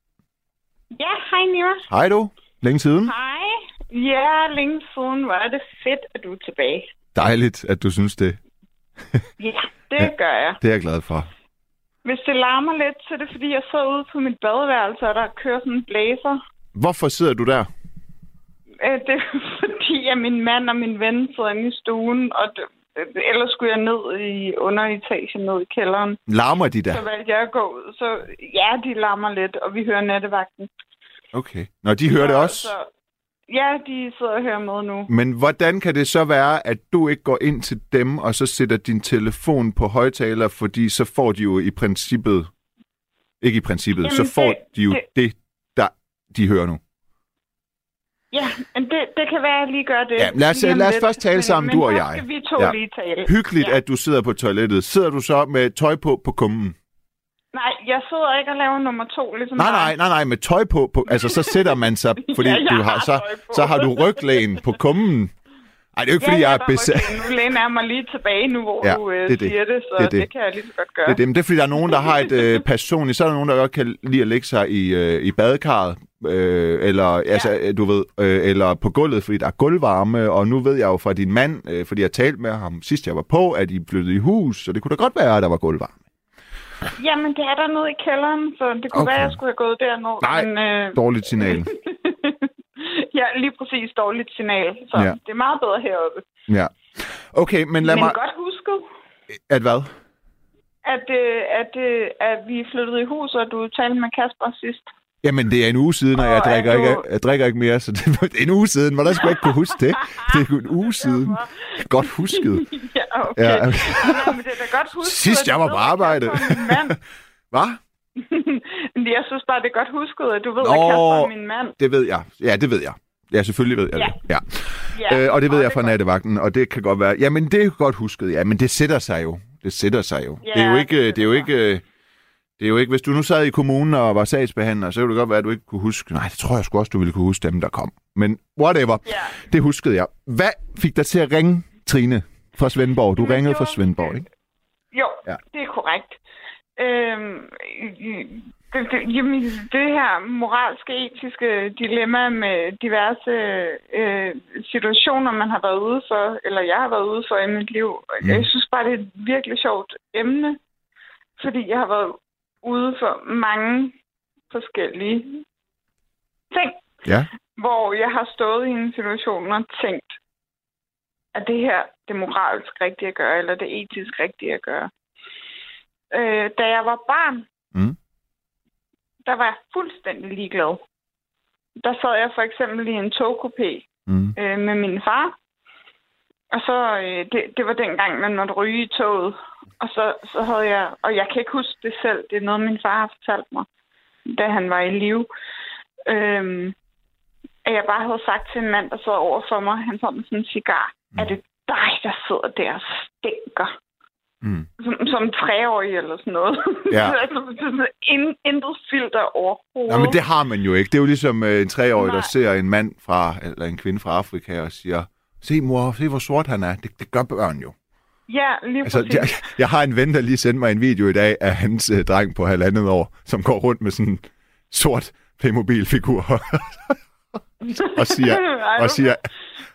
Ja, hej Nima. Hej du. Længe siden. Hej. Ja, længe siden. Hvor er det fedt, at du er tilbage. Dejligt, at du synes det. Ja, det ja, gør jeg. Det er jeg glad for. Hvis det larmer lidt, så er det fordi, jeg sidder ude på mit badeværelse, og der kører sådan en blæser. Hvorfor sidder du der? Øh, det er fordi, at min mand og min ven sidder inde i stuen, og det, ellers skulle jeg ned i underetagen, ned i kælderen. Larmer de der? Så valgte jeg at gå ud. Så ja, de larmer lidt, og vi hører nattevagten. Okay. Nå, de hører så, det også? Så, ja, de sidder og hører med nu. Men hvordan kan det så være, at du ikke går ind til dem, og så sætter din telefon på højtaler, fordi så får de jo i princippet, ikke i princippet, Jamen, så får det, de jo det, det, der de hører nu? Ja, men det, det kan være, at jeg lige gør det. Ja, lad os, lad os først tale sammen, men, du og men jeg. Men vi to ja. lige tale. Hyggeligt, ja. at du sidder på toilettet. Sidder du så med tøj på på kummen? Nej, jeg sidder ikke og laver nummer to, ligesom Nej, nej, nej, nej, med tøj på. på altså, så sætter man sig, fordi ja, du har, så, så har du ryglæn på kummen. Ej, det er jo ikke, fordi ja, jeg er besat. Nu læner jeg mig lige tilbage nu, hvor ja, du øh, det det. siger det, så det, det. det kan jeg lige så godt gøre. Det er det, men det er, fordi der er nogen, der har et øh, personligt, så er der nogen, der godt kan lide at lægge sig i, øh, i badekarret, øh, eller, ja. altså, du ved, øh, eller på gulvet, fordi der er gulvvarme, og nu ved jeg jo fra din mand, øh, fordi jeg talte med ham sidst jeg var på, at I flyttede i hus, så det kunne da godt være, at der var gulvvarme. Jamen, det er der nede i kælderen, så det kunne okay. være, at jeg skulle have gået dernede. Nej, men, øh... dårligt signal. Ja, lige præcis dårligt signal, så ja. Det er meget bedre heroppe. Ja, okay, men lad men mig... Men godt husket. At hvad? At, øh, at, øh, at vi flyttede i hus, og du talte med Kasper sidst. Jamen, det er en uge siden, og, og jeg, drikker du... ikke, jeg drikker ikke mere, så det er en uge siden. Hvordan skulle jeg ikke kunne huske det? Det er en uge siden. Godt husket. Ja, okay. Ja, okay. Nå, men det er da godt husket. Sidst jeg var på arbejde. Hvad? Jeg synes bare, det er godt husket, at du ved, Nå, at Kasper er min mand. Det ved jeg. Ja, det ved jeg. Ja, selvfølgelig ved jeg ja. det. Ja. Ja. Øh, og det ved og jeg det fra nattevagten, og det kan godt være... Jamen, det er godt husket. Ja, men det sætter sig jo. Det sætter sig jo. Ja, det er jo ikke... Det, det er jo ikke Det er jo ikke, hvis du nu sad i kommunen og var sagsbehandler, så ville det godt være, at du ikke kunne huske. Nej, det tror jeg sgu også, du ville kunne huske dem, der kom. Men whatever. Yeah. Det huskede jeg. Hvad fik dig til at ringe, Trine, fra Svendborg? Du Men ringede jo, fra Svendborg, ikke? Jo, ja. Det er korrekt. Øhm, det, det, jamen, det her moralske, etiske dilemma med diverse øh, situationer, man har været ude for, eller jeg har været ude for i mit liv. Mm. Jeg synes bare, det er et virkelig sjovt emne, fordi jeg har været ude for mange forskellige ting. Ja. Hvor jeg har stået i en situation og tænkt, at det her det moralsk rigtigt at gøre, eller det etisk rigtigt at gøre. Øh, da jeg var barn, mm. der var jeg fuldstændig ligeglad. Der sad jeg for eksempel i en togkupé mm. øh, med min far. Og så, øh, det, det var dengang, man måtte ryge i toget. Og så, så havde jeg, og jeg kan ikke huske det selv, det er noget, min far har fortalt mig, da han var i live. Øhm, at jeg bare havde sagt til en mand, der sad over for mig, han sad med sådan en cigar, mm. er det dig, der sidder der og stinker? Mm. Som, som treårig eller sådan noget. Ja. altså, intet filter overhovedet. Nå, men det har man jo ikke. Det er jo ligesom øh, en treårig, Nej. der ser en mand fra, eller en kvinde fra Afrika og siger, se mor, se hvor sort han er. Det, det gør børn jo. Ja, lige altså, jeg, jeg har en ven, der lige sendte mig en video i dag af hans øh, dreng på halvandet år, som går rundt med sådan en sort Playmobil-figur og siger, og siger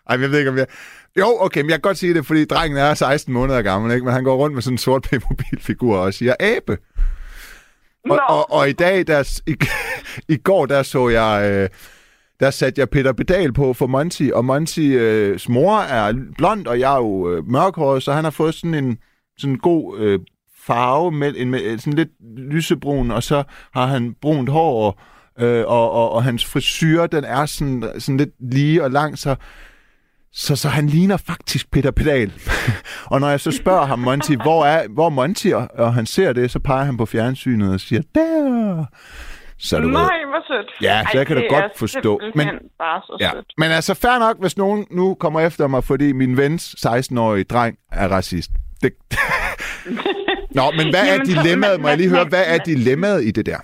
Ej, jeg ved ikke, om jeg... Jo, okay, men jeg kan godt sige det, fordi drengen er seksten måneder gammel, ikke? Men han går rundt med sådan en sort Playmobil-figur og siger abe. Og, og, og i dag, der, i, i går, der så jeg... Øh, der satte jeg Peter Pedal på for Monty, og Montys øh, mor er blond, og jeg er jo øh, mørkhåret, så han har fået sådan en sådan god øh, farve, med, en, med, sådan lidt lysebrun, og så har han brunt hår, øh, og, og, og hans frisyr, den er sådan, sådan lidt lige og lang, så, så, så han ligner faktisk Peter Pedal. Og når jeg så spørger ham, Monty, hvor er, hvor er Monty, og, og han ser det, så peger han på fjernsynet og siger, der... Så du Nej, ved. hvor sødt. Ja, så jeg kan da godt forstå. Men, bare så ja. sødt. Men altså, fair nok, hvis nogen nu kommer efter mig, fordi min vens seksten-årige dreng er racist. Det... Nå, men hvad er dilemmaet? Må jeg lige høre, hvad er dilemmaet i det der?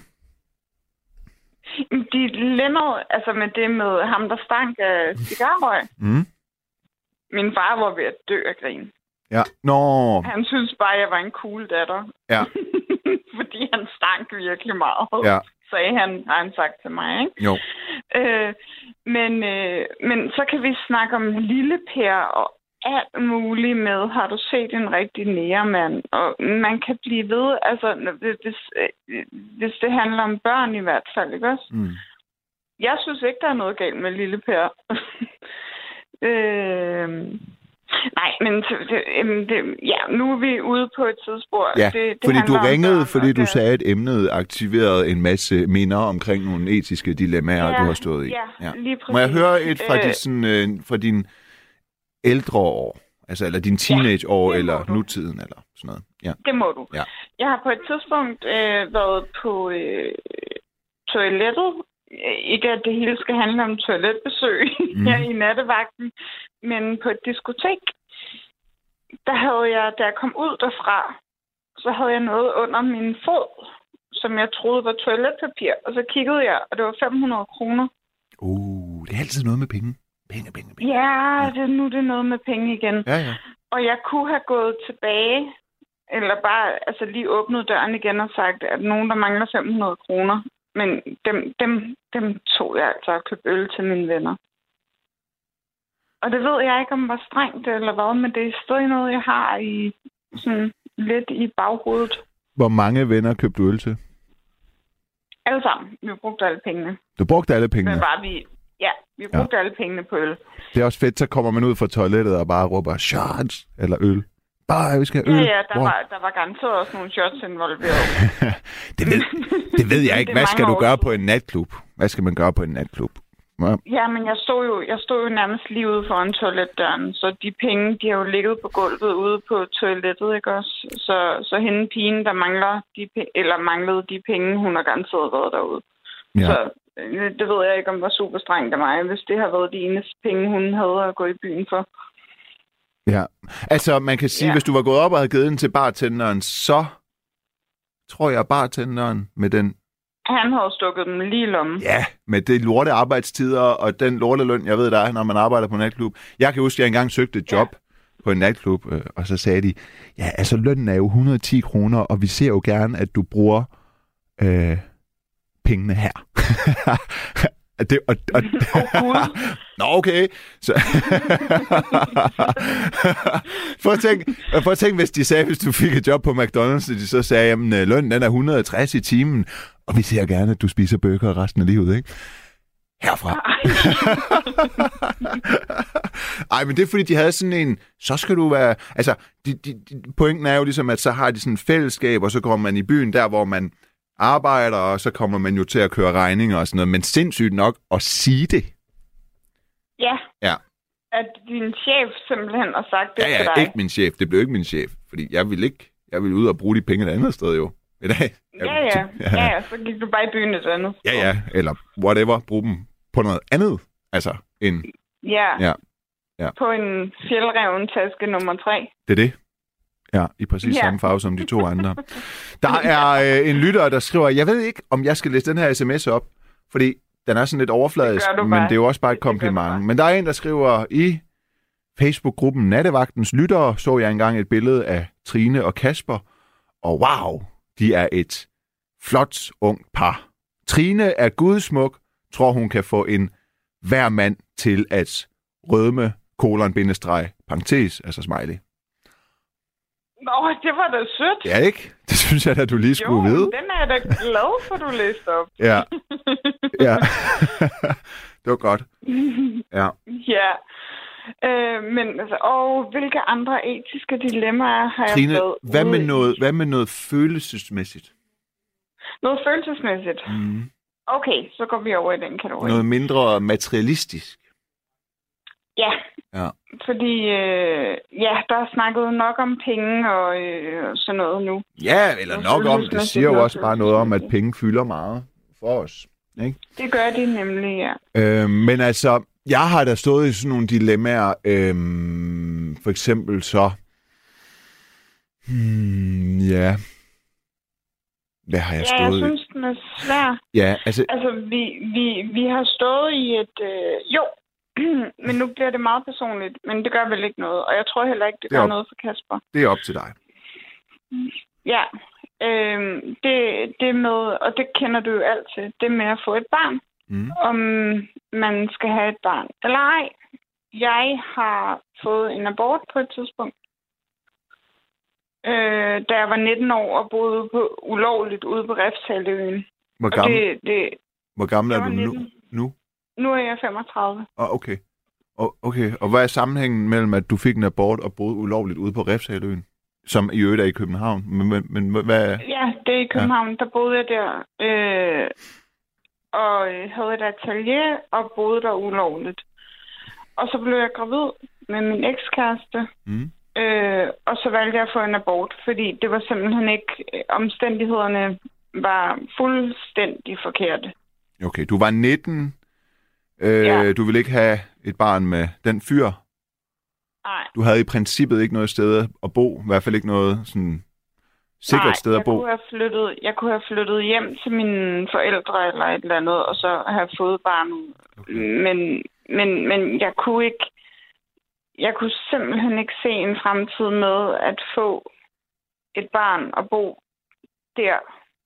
Dilemmaet, altså med det med ham, der stank af cigarrøg. Mm. Min far var ved at dø af grin. Ja, nå. Han synes bare, at jeg var en cool datter. Ja. Fordi han stank virkelig meget, ja. sagde han, har han sagt til mig, ikke? Jo. Øh, men, øh, men så kan vi snakke om Lille Per og alt muligt med, har du set en rigtig nærmand? Og man kan blive ved, altså hvis, hvis det handler om børn i hvert fald, ikke også? Mm. Jeg synes ikke, der er noget galt med Lille Per. øh, nej, men det, det, ja, nu er vi ude på et tidsspor. Ja, det, det fordi du ringede, børn, fordi du det... sagde, at emnet aktiverede en masse minder omkring nogle etiske dilemmaer, ja, du har stået i. Ja, ja. Lige præcis. Må jeg høre et fra, øh... de, sådan, øh, fra din ældre år? Altså, eller din teenageår, ja, eller du. nutiden, eller sådan noget. Ja. Det må du. Ja. Jeg har på et tidspunkt øh, været på øh, toilettet. Ikke at det hele skal handle om toiletbesøg mm. her i nattevagten, men på et diskotek, der havde jeg, da jeg kom ud derfra, så havde jeg noget under min fod, som jeg troede var toiletpapir. Og så kiggede jeg, og det var fem hundrede kroner. Uh, det er altid noget med penge. Penge, penge, penge. Ja, det, nu er det noget med penge igen. Ja, ja. Og jeg kunne have gået tilbage, eller bare altså lige åbnet døren igen og sagt, at nogen, der mangler fem hundrede kroner. Men dem, dem, dem tog jeg altså og købte øl til mine venner. Og det ved jeg ikke, om det var strengt eller hvad, men det er stadig noget, jeg har i sådan lidt i baghovedet. Hvor mange venner købte du øl til? Alle sammen. Vi brugte alle pengene. Du brugte alle pengene? Men bare vi... Ja, vi brugte ja. alle pengene på øl. Det er også fedt, så kommer man ud fra toilettet og bare råber shots eller øl. Bare, vi skal have øl. Ja, ja, der, var, der var garanteret også nogle shots involveret. det, ved, det ved jeg ikke. Hvad skal du gøre på en natklub? Hvad skal man gøre på en natklub? Ja, ja men jeg stod, jo, jeg stod jo nærmest lige ude foran toiletdøren, så de penge, de har jo ligget på gulvet ude på toilettet, ikke også? Så, så hende pigen, der mangler de, eller manglede de penge, hun har garanteret været derude. Ja. Så det ved jeg ikke, om det var super strengt af mig, hvis det har været de eneste penge, hun havde at gå i byen for. Ja, altså man kan sige, ja. Hvis du var gået op og havde givet den til bartenderen, så tror jeg, bartenderen med den... Han havde stukket dem lige i lommen. Ja, med det lorte arbejdstider og den lorte løn, jeg ved, der er, når man arbejder på en natklub. Jeg kan huske, at jeg engang søgte et job ja. på en natklub, og så sagde de, ja, altså lønnen er jo et hundrede og ti kroner, og vi ser jo gerne, at du bruger øh, pengene her. Det, og, og, oh, Nå, okay. Så... Prøv at tænke, prøv at tænke, hvis de sagde, hvis du fik et job på McDonald's, og de så sagde, at lønnen den er et hundrede og tres i timen, og vi ser gerne, at du spiser burger resten af livet, ikke? Herfra. Ej, men det er fordi, de havde sådan en, så skal du være... Altså, de, de, de, pointen er jo ligesom, at så har de sådan et fællesskab, og så kommer man i byen der, hvor man arbejder, og så kommer man jo til at køre regninger og sådan noget, men sindssygt nok at sige det. Ja. Ja. At din chef simpelthen har sagt det ja, ja, til dig. ikke min chef. Det blev ikke min chef, fordi jeg ville ikke, jeg ville ud og bruge de penge et andet sted jo. I dag. Ja, ja. Ja, ja. Så gik du bare i byen et andet. Ja, ja. Eller whatever. Brug dem på noget andet. Altså, en... Ja. Ja. Ja. På en fjeldreven taske nummer tre. Det er det. Ja, i præcis ja. samme farve som de to andre. Der er øh, en lytter, der skriver, jeg ved ikke, om jeg skal læse den her sms op, fordi den er sådan lidt overfladisk, det men det er jo også bare et kompliment. Men der er en, der skriver, i Facebook-gruppen Nattevagtens lyttere, så jeg engang et billede af Trine og Kasper, og wow, de er et flot ungt par. Trine er gudsmuk, tror hun kan få en hver mand til at rødme kolon, bindestreg, parentes, altså smiley. Nå, det var da sødt. Ja, ikke? Det synes jeg da, du lige skulle jo, vide. den er jeg da glad for, du læste op. Ja. Ja. Det var godt. Ja. Ja. Øh, men altså, og hvilke andre etiske dilemmaer har Trine, jeg fået hvad med noget, hvad med noget følelsesmæssigt? Noget følelsesmæssigt? Mm. Okay, så går vi over i den kategori. Noget mindre materialistisk? Ja. Ja. Fordi, øh, ja, der er snakket nok om penge og øh, sådan noget nu. Ja, eller nok om. Det siger jo også bare noget om, at penge fylder meget for os. Ikke? Det gør de nemlig, ja. Øh, men altså, jeg har da stået i sådan nogle dilemmaer. Øh, for eksempel så... Hmm, ja... Hvad har jeg ja, stået i? jeg synes, den er svær. Ja, altså... Altså, vi, vi, vi har stået i et... Øh, jo, men nu bliver det meget personligt, men det gør vel ikke noget. Og jeg tror heller ikke, det, det gør op. noget for Kasper. Det er op til dig. Ja, øh, det, det med, og det kender du jo altid, det med at få et barn. Mm. Om man skal have et barn eller ej. Jeg har fået en abort på et tidspunkt. Øh, da jeg var nitten år og boede på, ulovligt ude på Refshaleøen. Hvor gammel, det, det, hvor gammel er du nu? nu? Nu er jeg femogtredive. Oh, okay. Oh, okay. Og hvad er sammenhængen mellem, at du fik en abort og boede ulovligt ude på Refshaleøen? Som i øvrigt er i København. Men, men, men hvad er... Ja, det er i København. Ja. Der boede jeg der. Øh, og havde et atelier og boede der ulovligt. Og så blev jeg gravid med min ekskæreste. Mm. Øh, og så valgte jeg at få en abort, fordi det var simpelthen ikke... Omstændighederne var fuldstændig forkerte. Okay, du var nitten. Øh, ja. Du ville ikke have et barn med den fyr. Nej. Du havde i princippet ikke noget sted at bo. I hvert fald ikke noget sådan sikkert Nej, sted at bo. Kunne have flyttet, jeg kunne have flyttet hjem til mine forældre eller et eller andet, og så have fået barnet. Okay. Men, men, men jeg kunne ikke... Jeg kunne simpelthen ikke se en fremtid med at få et barn og bo der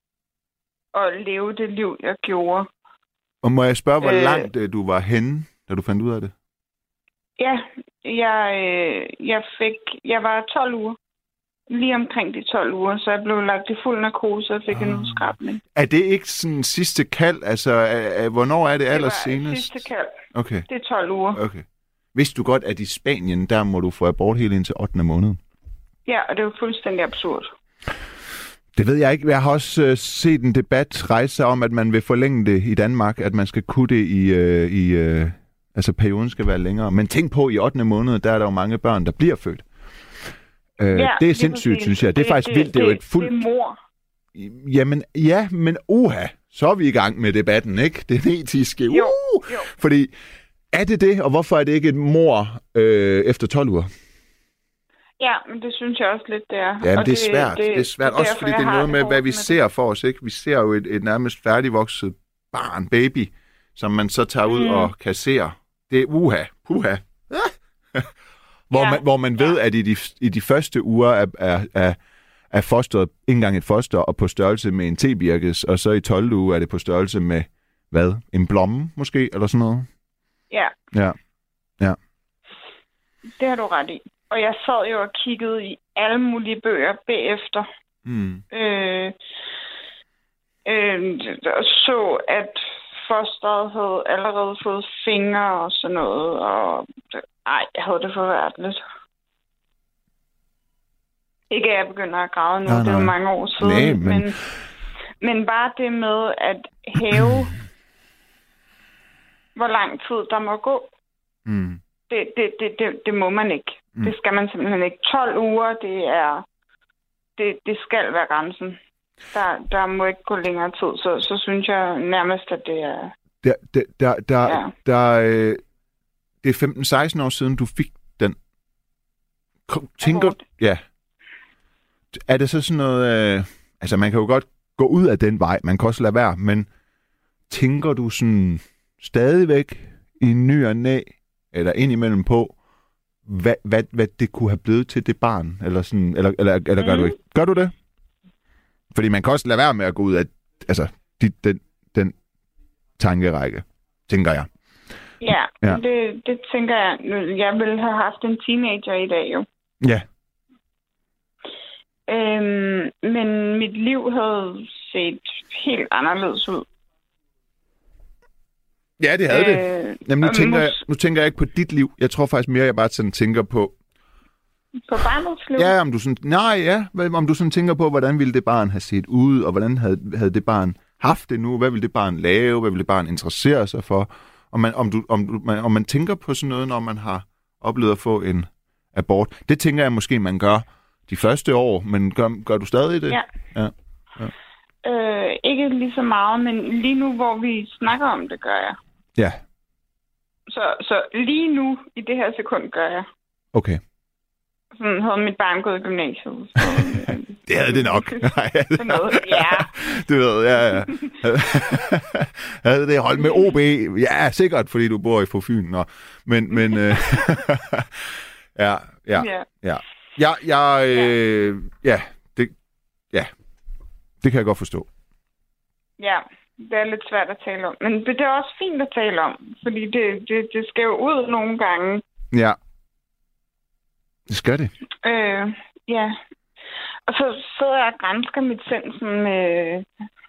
og leve det liv, jeg gjorde. Og må jeg spørge, hvor øh, langt du var henne, da du fandt ud af det? Ja, jeg, jeg fik... Jeg var tolv uger. Lige omkring de tolv uger, så jeg blev lagt i fuld narkose og fik ah. en udskrabning. Er det ikke sådan sidste kald? Altså, er, er, hvornår er det allersenest? Det var sidste kald. Okay. Det er tolv uger. Okay. Vidste du godt, at i Spanien, der må du få abort helt indtil ottende måned? Ja, og det er jo fuldstændig absurd. Det ved jeg ikke. Jeg har også øh, set en debat rejse om, at man vil forlænge det i Danmark, at man skal kunne det i... Øh, i øh, altså, perioden skal være længere. Men tænk på, i ottende måned, der er der jo mange børn, der bliver født. Øh, ja, det er sindssygt, det, synes jeg. Det er faktisk det, vildt. Det er jo et fuldt... Det er mor. Jamen, ja, men uha, så er vi i gang med debatten, ikke? Den etiske. Uh! Jo, jo. Fordi... Er det det, og hvorfor er det ikke et mor øh, efter tolv uger? Ja, men det synes jeg også lidt, det er. Ja, men det er svært. Det, det er svært, det er også fordi det er noget med, hvad vi ser for os, ikke? Vi ser jo et, et nærmest færdigvokset barn, baby, som man så tager ud mm. og kasserer. Det er uha, puha. hvor, ja. man, hvor man ved, ja. at i de, i de første uger er, er, er, er fosteret ikke engang et foster, og på størrelse med en tebirkes, og så i tolvte uge er det på størrelse med, hvad? En blomme måske, eller sådan noget? Ja. Ja. Ja. Det har du ret i. Og jeg sad jo og kiggede i alle mulige bøger bagefter. Mm. Øh, øh, og så, at fosteret havde allerede fået fingre og sådan noget. Og ej, jeg havde det forværdeligt. Ikke at jeg begynder at græde nu, nej, nej. Det er jo mange år siden. Nej, men... Men, men bare det med at hæve... hvor lang tid der må gå. Mm. Det, det, det, det, det må man ikke. Mm. Det skal man simpelthen ikke. tolv uger, det er... Det, det skal være grænsen. Der, der må ikke gå længere tid. Så, så synes jeg nærmest, at det er... Der, der, der, der, ja. der, øh, det er femten seksten år siden, du fik den. Tænker... Ja. Er det så sådan noget... Øh, altså, man kan jo godt gå ud af den vej. Man kan også lade være. Men tænker du sådan... stadigvæk i ny og næ, eller indimellem på, hvad, hvad, hvad det kunne have blevet til det barn? Eller, sådan, eller, eller, eller gør mm. du ikke? Gør du det? Fordi man kan også lade være med at gå ud af altså, de, den, den tankerække, tænker jeg. Ja, Ja. Det, det tænker jeg. Jeg ville have haft en teenager i dag jo. Ja. Øhm, men mit liv havde set helt anderledes ud. Ja, det havde øh, det. Jamen, nu, og tænker mus- jeg, nu tænker jeg ikke på dit liv. Jeg tror faktisk mere, jeg bare sådan tænker på... På barnets liv? Ja, om du sådan... Nej, ja. hvad- Om du sådan tænker på, hvordan ville det barn have set ud, og hvordan havde, havde det barn haft det nu? Hvad ville det barn lave? Hvad ville det barn interessere sig for? Om man, om, du, om, du, man, om man tænker på sådan noget, når man har oplevet at få en abort. Det tænker jeg måske, man gør de første år, men gør, gør du stadig det? Ja. Ja. Ja. Øh, ikke lige så meget, men lige nu, hvor vi snakker om det, gør jeg. Ja, Så, så lige nu, i det her sekund, gør jeg. okay. Sådan havde mit barn gået i gymnasiet. Så, øh, Det havde det nok. sådan noget. Ja. Du ved, ja, ja. Havde det holdt med O B? Ja, sikkert, fordi du bor i på Fyn. Nå. Men, men øh, ja, ja, Ja. ja. Ja, jeg, øh, ja, det, ja, det kan jeg godt forstå. Ja, det er lidt svært at tale om. Men det er også fint at tale om, fordi det, det, det skal jo ud nogle gange. Ja, det skal det. Øh, ja. Og så sidder jeg og gransker mit sind sådan med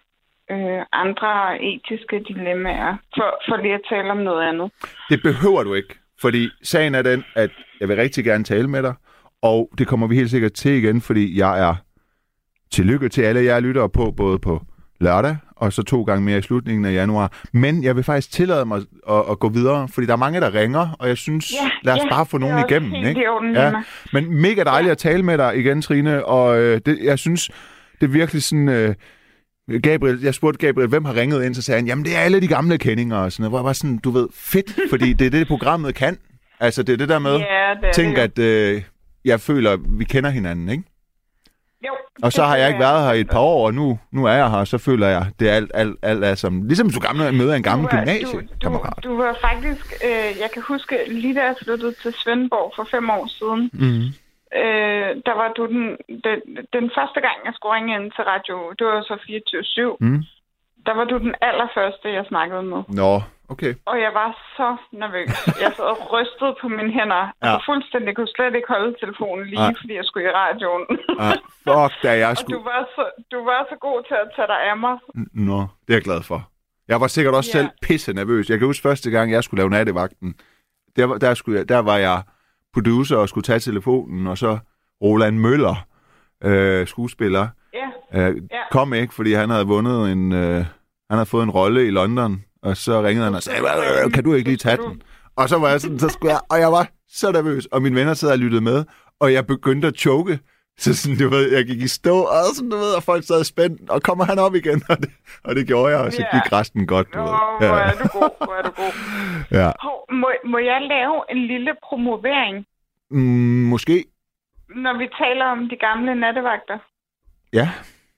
øh, andre etiske dilemmaer, for, for lige at tale om noget andet. Det behøver du ikke, fordi sagen er den, at jeg vil rigtig gerne tale med dig, og det kommer vi helt sikkert til igen, fordi jeg er tillykke til alle jer lyttere på, både på lørdag, og så to gange mere i slutningen af januar. Men jeg vil faktisk tillade mig at, at gå videre, fordi der er mange, der ringer, og jeg synes, Ja, lad os ja, bare få det er nogen også igennem. helt Ikke? i orden, Ja. Nima. Men mega dejligt Ja. at tale med dig igen, Trine, og øh, det, jeg synes, det er virkelig sådan... Øh, Gabriel, jeg spurgte Gabriel, hvem har ringet ind, så sagde han, jamen det er alle de gamle kendinger og sådan noget, hvor jeg var sådan, du ved, fedt, fordi det er det, programmet kan. Altså det er det der med, Ja, det er tænk det jo. at øh, jeg føler, vi kender hinanden, ikke? Jo, Og så det har jeg føler ikke været her i et par år, og nu, nu er jeg her, og så føler jeg, det er alt, alt, alt er som... Ligesom du gamle møder en gammel Du var- gymnasiekammerat. Du, du var faktisk, øh, jeg kan huske, lige da jeg flyttede til Svendborg for fem år siden, Mm. øh, der var du den, den, den første gang, jeg skulle ringe ind til radio, det var så fireogtyve syv, Mm. der var du den allerførste, jeg snakkede med. Nå, okay. Og jeg var så nervøs. Jeg sad og rystede på mine hænder. Ja. Ja. Og fuldstændig, jeg kunne slet ikke holde telefonen lige, Nej. fordi jeg skulle i radioen. Ah, fuck, da jeg Og du skulle... var, så, du var så god til at tage dig af mig. Nå, det er jeg glad for. Jeg var sikkert også Ja. selv pisse nervøs. Jeg kan huske første gang, jeg skulle lave nattevagten. Der, var- der, skulle jeg, der var jeg producer og skulle tage telefonen, og så Roland Møller, øh, skuespiller, Ja, øh, Ja. kom ikke, fordi han havde vundet en... Øh, han havde fået en rolle i London, og så ringede han og sagde, "Øh, kan du ikke lige tage den? Og så var jeg sådan, så skulle jeg, og jeg var så nervøs, og mine venner sad og lyttede med, og jeg begyndte at choke. Så sådan, du ved, jeg gik i stå, og sådan, du ved, og folk sad spændt, og kommer han op igen, og det, og det gjorde jeg, og så Ja. gik resten godt, du Åh, ved. hvor er du god, hvor er du god. Ja. Hov, må, må jeg lave en lille promovering, Mm, måske. når vi taler om de gamle nattevagter? Ja.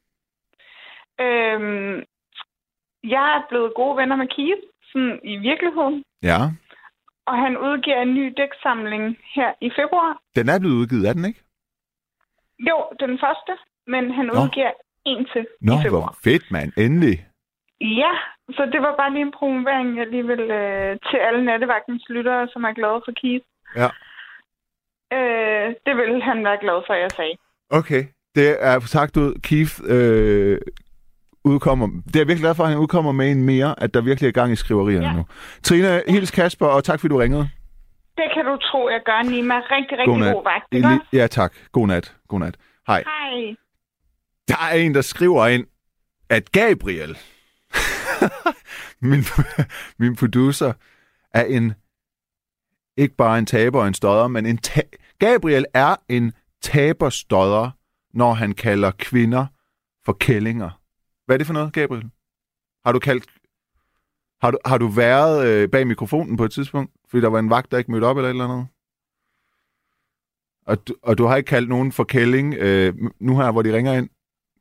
Øhm, jeg er blevet gode venner med Keith, sådan i virkeligheden. Ja. Og han udgiver en ny digtsamling her i februar. Den er blevet udgivet, er den ikke? Jo, den første, men han Nå. udgiver en til Nå, i februar. hvor fedt, mand. Endelig. Ja, så det var bare lige en promovering, jeg lige vil øh, til alle nattevagtens lyttere, som er glade for Keith. Ja. Øh, det ville han være glad for, jeg sagde. Okay. Det er sagt ud, Keith øh, udkommer... Det er jeg virkelig glad for, at han udkommer med en mere, at der virkelig er gang i skriverierne Ja. nu. Trine, hils Kasper, og tak fordi du ringede. Det kan du tro, jeg gør, Nima. Rigtig, rigtig Godnat. god vagt, I ikke? li- Ja, tak. Godnat. Godnat. Hej. Hej. Der er en, der skriver ind, at Gabriel, min, min producer, er en ikke bare en taber og en stodder, men en ta- Gabriel er en taberstodder, når han kalder kvinder for kællinger. Hvad er det for noget, Gabriel? Har du kaldt... Har du, har du været øh, bag mikrofonen på et tidspunkt? Fordi der var en vagt, der ikke mødte op eller et eller andet? Og du, og du har ikke kaldt nogen for kælling øh, nu her, hvor de ringer ind?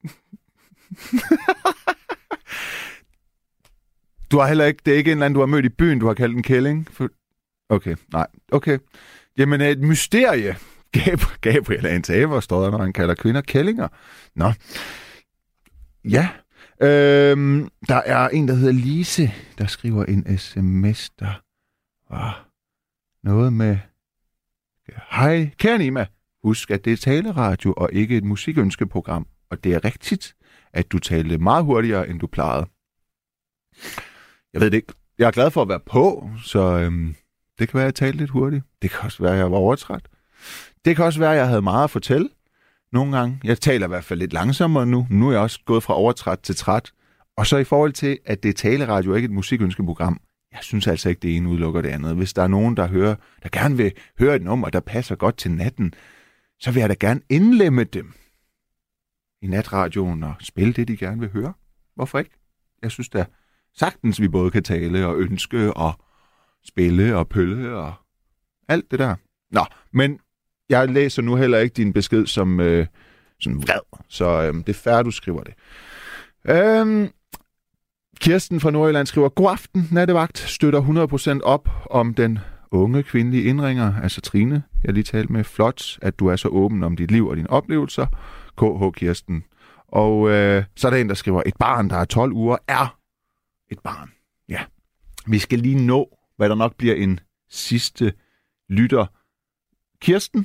Du har heller ikke... Det er ikke en eller anden, du har mødt i byen, du har kaldt en kælling? For... Okay, nej. Okay. Jamen, et mysterie. Gab- Gabriel er en taberstodder, når han kalder kvinder kællinger. Nå. Ja. Øhm, der er en, der hedder Lise, der skriver en sms, der Ah, noget med... Hej, kære Nima. Husk, at det er taleradio og ikke et musikønskeprogram. Og det er rigtigt, at du talte meget hurtigere, end du plejede. Jeg ved det ikke. Jeg er glad for at være på, så øhm, det kan være, at jeg talte lidt hurtigt. Det kan også være, at jeg var overtræt. Det kan også være, at jeg havde meget at fortælle. Nogle gange. Jeg taler i hvert fald lidt langsommere nu. Nu er jeg også gået fra overtræt til træt. Og så i forhold til, at det er taleradio og ikke et musikønskeprogram. Jeg synes altså ikke, det ene udelukker det andet. Hvis der er nogen, der hører, der gerne vil høre et nummer, der passer godt til natten, så vil jeg da gerne indlemme dem i natradioen og spille det, de gerne vil høre. Hvorfor ikke? Jeg synes da sagtens, vi både kan tale og ønske og spille og pølle og alt det der. Nå, men jeg læser nu heller ikke din besked som øh, sådan vred, så øh, det er fair, du skriver det. Øhm, Kirsten fra Nordjylland skriver, god aften, nattevagt, støtter hundrede procent op om den unge kvindelige indringer, altså Trine, jeg lige talte med. Flot, at du er så åben om dit liv og dine oplevelser. K H Kirsten. Og øh, så er der en, der skriver, et barn, der er tolv uger, er et barn. Ja. Vi skal lige nå, hvad der nok bliver en sidste lytter. Kirsten?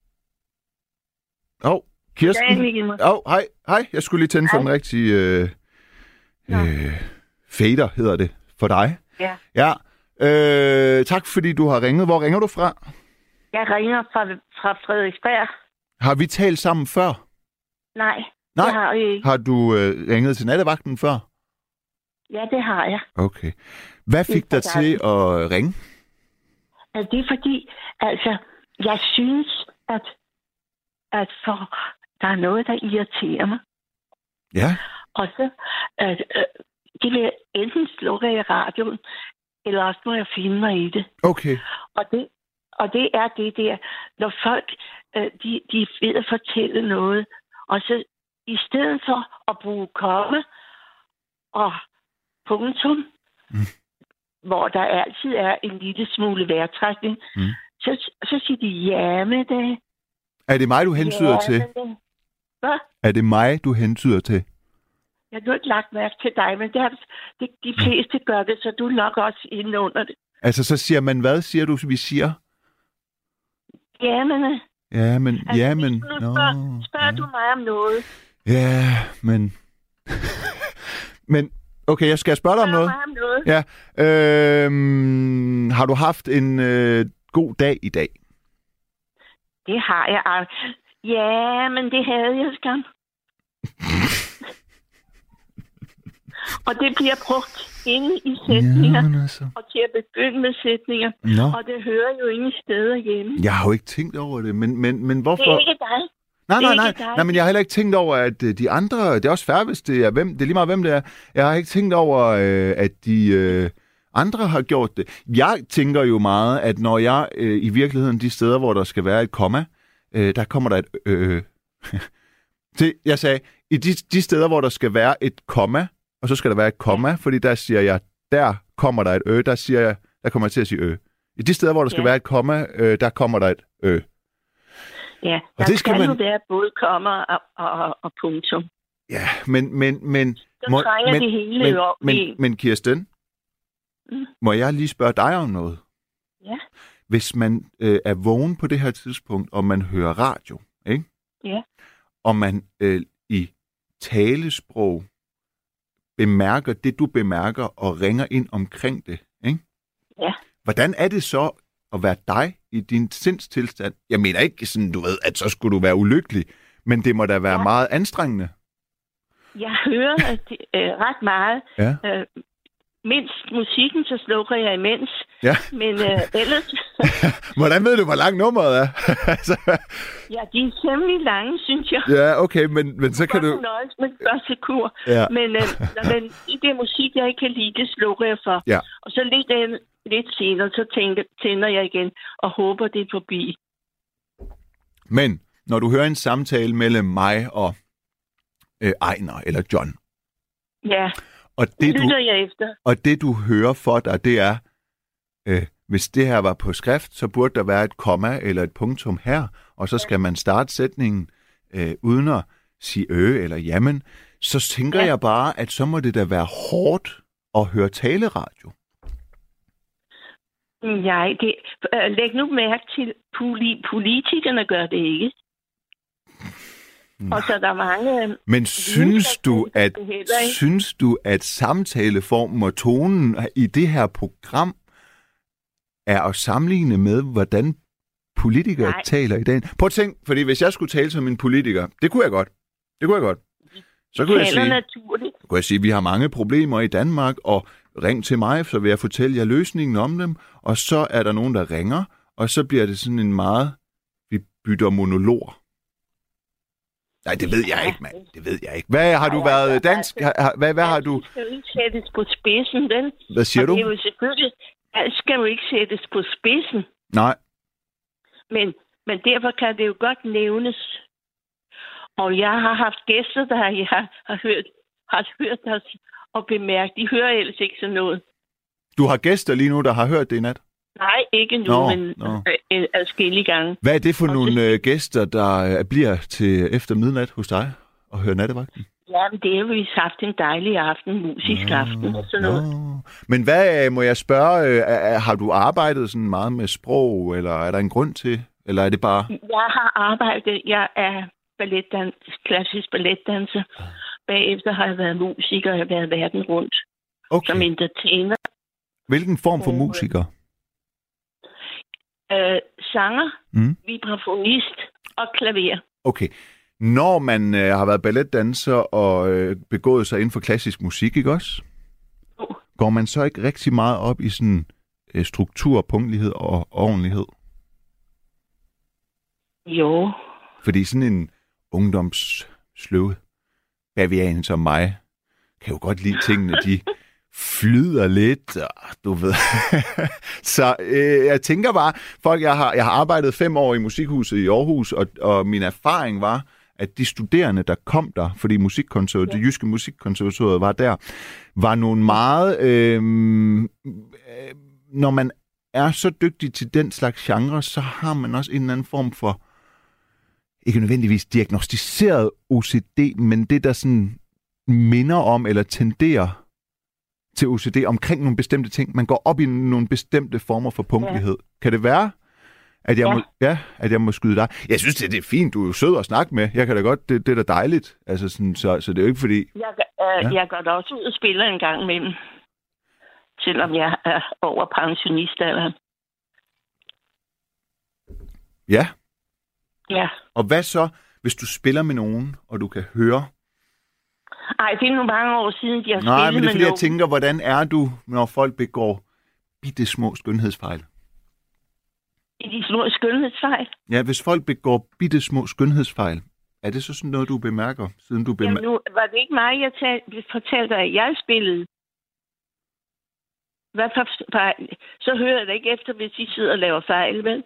Åh, oh, Kirsten? Åh, oh, hej, hej. Jeg skulle lige tænde for den rigtige øh, øh, fader, hedder det, for dig. Ja. Ja. Øh, tak, fordi du har ringet. Hvor ringer du fra? Jeg ringer fra, fra Frederiksberg. Har vi talt sammen før? Nej, Nej. det har jeg ikke. Har du øh, ringet til nattevagten før? Ja, det har jeg. Okay. Hvad fik dig til at ringe? Altså, det er fordi, altså, jeg synes, at, at for, der er noget, der irriterer mig. Ja. Og så, at, øh, det vil jeg enten slukke i radioen, eller også må jeg finde mig i det. Okay. Og det, og det er det der, når folk, øh, de, de er ved at fortælle noget, og så i stedet for at bruge komme og punktum, mm. hvor der altid er en lille smule vejrtrækning, mm. så, så siger de ja med det. Er det mig, du hentyder ja, til? Hvad? Er det mig, du hentyder til? Jeg har ikke lagt mærke til dig, men det er, det, de fleste gør det, så du er nok også inde under det. Altså, så siger man, hvad siger du, vi siger? Jamen. Ja, men... Altså, ja, men nu spørger, spørger ja. du mig om noget. Ja, men... men, okay, jeg skal spørge dig om noget. Mig om noget. Ja. Øhm, har du haft en øh, god dag i dag? Det har jeg. Ja, men det havde jeg skam. Og det bliver brugt inde i sætninger, ja, altså. Og til at begynde med sætninger. Nå. Og det hører jo ingen steder hjemme. Jeg har jo ikke tænkt over det, men, men, men hvorfor... Det er ikke dig. Nej, nej, nej, nej, men jeg har heller ikke tænkt over, at de andre... Det er også fair, hvis det er, hvem, det er lige meget, hvem det er. Jeg har ikke tænkt over, at de øh, andre har gjort det. Jeg tænker jo meget, at når jeg øh, i virkeligheden, de steder, hvor der skal være et komma, øh, der kommer der et... Øh, det, jeg sagde, i de, de steder, hvor der skal være et komma, og så skal der være et komma, fordi der siger jeg, der kommer der et ø, der siger jeg, der kommer jeg til at sige ø. I de steder, hvor der skal ja. være et komma, øh, der kommer der et ø. Ja, og der det skal, skal man... jo være både komma og, og, og punktum. Ja, men... men, men så må, trænger men, det hele men, op men, i. Men Kirsten, mm. må jeg lige spørge dig om noget? Ja. Hvis man øh, er vågen på det her tidspunkt, og man hører radio, ikke? Ja. Og man øh, i talesprog bemærker det, du bemærker, og ringer ind omkring det, ikke? Ja. Hvordan er det så at være dig i din sindstilstand? Jeg mener ikke sådan, du ved, at så skulle du være ulykkelig, men det må da være ja. meget anstrengende. Jeg hører det, øh, ret meget. Ja. Øh, mindst musikken, så slukker jeg imens. Ja. Men øh, ellers... Hvordan ved du, hvor lang nummeret er? Ja, de er temmelig lange, synes jeg. Ja, okay, men, men så kan du... nøjes med første kur. Ja. Men øh, når den, det musik, jeg ikke kan lide, det slukker jeg for. Ja. Og så lidt, øh, lidt senere, så tænker, tænder jeg igen og håber, det er forbi. Men når du hører en samtale mellem mig og øh, Ejner eller John... Ja. Og det, lytter du, jeg efter. Og det, du hører for dig, det er, øh, hvis det her var på skrift, så burde der være et komma eller et punktum her, og så skal man starte sætningen øh, uden at sige ø eller jamen. Så tænker ja. jeg bare, at så må det da være hårdt at høre taleradio. Nej, det, øh, læg nu mærke til, poli, politikerne gør det ikke. Nej. Og så der er mange... Men synes du, at, synes du, at samtaleformen og tonen i det her program er at sammenligne med, hvordan politikere Nej. taler i dag? Prøv at tænke, fordi hvis jeg skulle tale som en politiker, det kunne jeg godt. Det kunne jeg godt. Så kunne jeg, sige, så kunne jeg sige, at vi har mange problemer i Danmark, og ring til mig, så vil jeg fortælle jer løsningen om dem. Og så er der nogen, der ringer, og så bliver det sådan en meget, vi bytter monolog. Nej, det ved jeg ikke, mand. Det ved jeg ikke. Hvad har du været dansk? Hvad, hvad har du... Det skal jo ikke sættes på spidsen, vel? Hvad siger du? Det er jo selvfølgelig... Det skal jo ikke sættes på spidsen. Nej. Men, men derfor kan det jo godt nævnes. Og jeg har haft gæster, der jeg har hørt, har hørt os og bemærket. De hører ellers ikke sådan noget. Du har gæster lige nu, der har hørt det i nat? Nej, ikke nu, nå, men nå. adskillige gange. Hvad er det for og nogle så... gæster, der bliver til efter midnat hos dig og hører nattevagten? Ja, men det har vi haft en dejlig aften, musisk nå, aften og sådan noget. Nå. Men hvad, må jeg spørge, har du arbejdet sådan meget med sprog, eller er der en grund til, eller er det bare... Jeg har arbejdet, jeg er balletdans, klassisk balletdanser. Bagefter har jeg været musiker, og jeg har været verden rundt okay. som entertainer. Hvilken form for musiker? Øh, sanger, mm. vibrafonist og klaver. Okay. Når man øh, har været balletdanser og øh, begået sig inden for klassisk musik, ikke også? Uh. Går man så ikke rigtig meget op i sådan øh, struktur, punktlighed og ordentlighed? Jo. Fordi sådan en ungdomssløv bavian som mig kan jo godt lide tingene, de flyder lidt, og du ved. Så øh, jeg tænker bare, folk, jeg har, jeg har arbejdet fem år i Musikhuset i Aarhus, og, og min erfaring var, at de studerende, der kom der, fordi musikkonservatoriet, ja. det jyske musikkonservatoriet var der, var nogle meget... Øh, øh, når man er så dygtig til den slags genre, så har man også en eller anden form for, ikke nødvendigvis diagnostiseret O C D, men det, der sådan minder om, eller tenderer til O C D omkring nogle bestemte ting. Man går op i nogle bestemte former for punktlighed. Ja. Kan det være, at jeg, ja. Må, ja, at jeg må skyde dig? Jeg synes, det, det er fint. Du er jo sød at snakke med. Jeg kan da godt, det, det er da dejligt. Altså, sådan, så, så det er jo ikke fordi... Jeg, øh, ja. jeg går da også ud og spiller en gang imellem. Selvom jeg er over pensionistalderen. Ja. Ja. Og hvad så, hvis du spiller med nogen, og du kan høre... Ej, det er nu mange år siden, de har Nej, spillet men det er fordi, jeg nogen. tænker, hvordan er du, når folk begår bitte små skønhedsfejl? I de små skønhedsfejl? Ja, hvis folk begår bitte små skønhedsfejl, er det så sådan noget, du bemærker? Siden du bemærker... Jamen nu var det ikke mig, jeg tal- fortalte dig, at jeg spillede. Hvad for fejl? Så hører jeg da ikke efter, hvis de sidder og laver fejl, vel?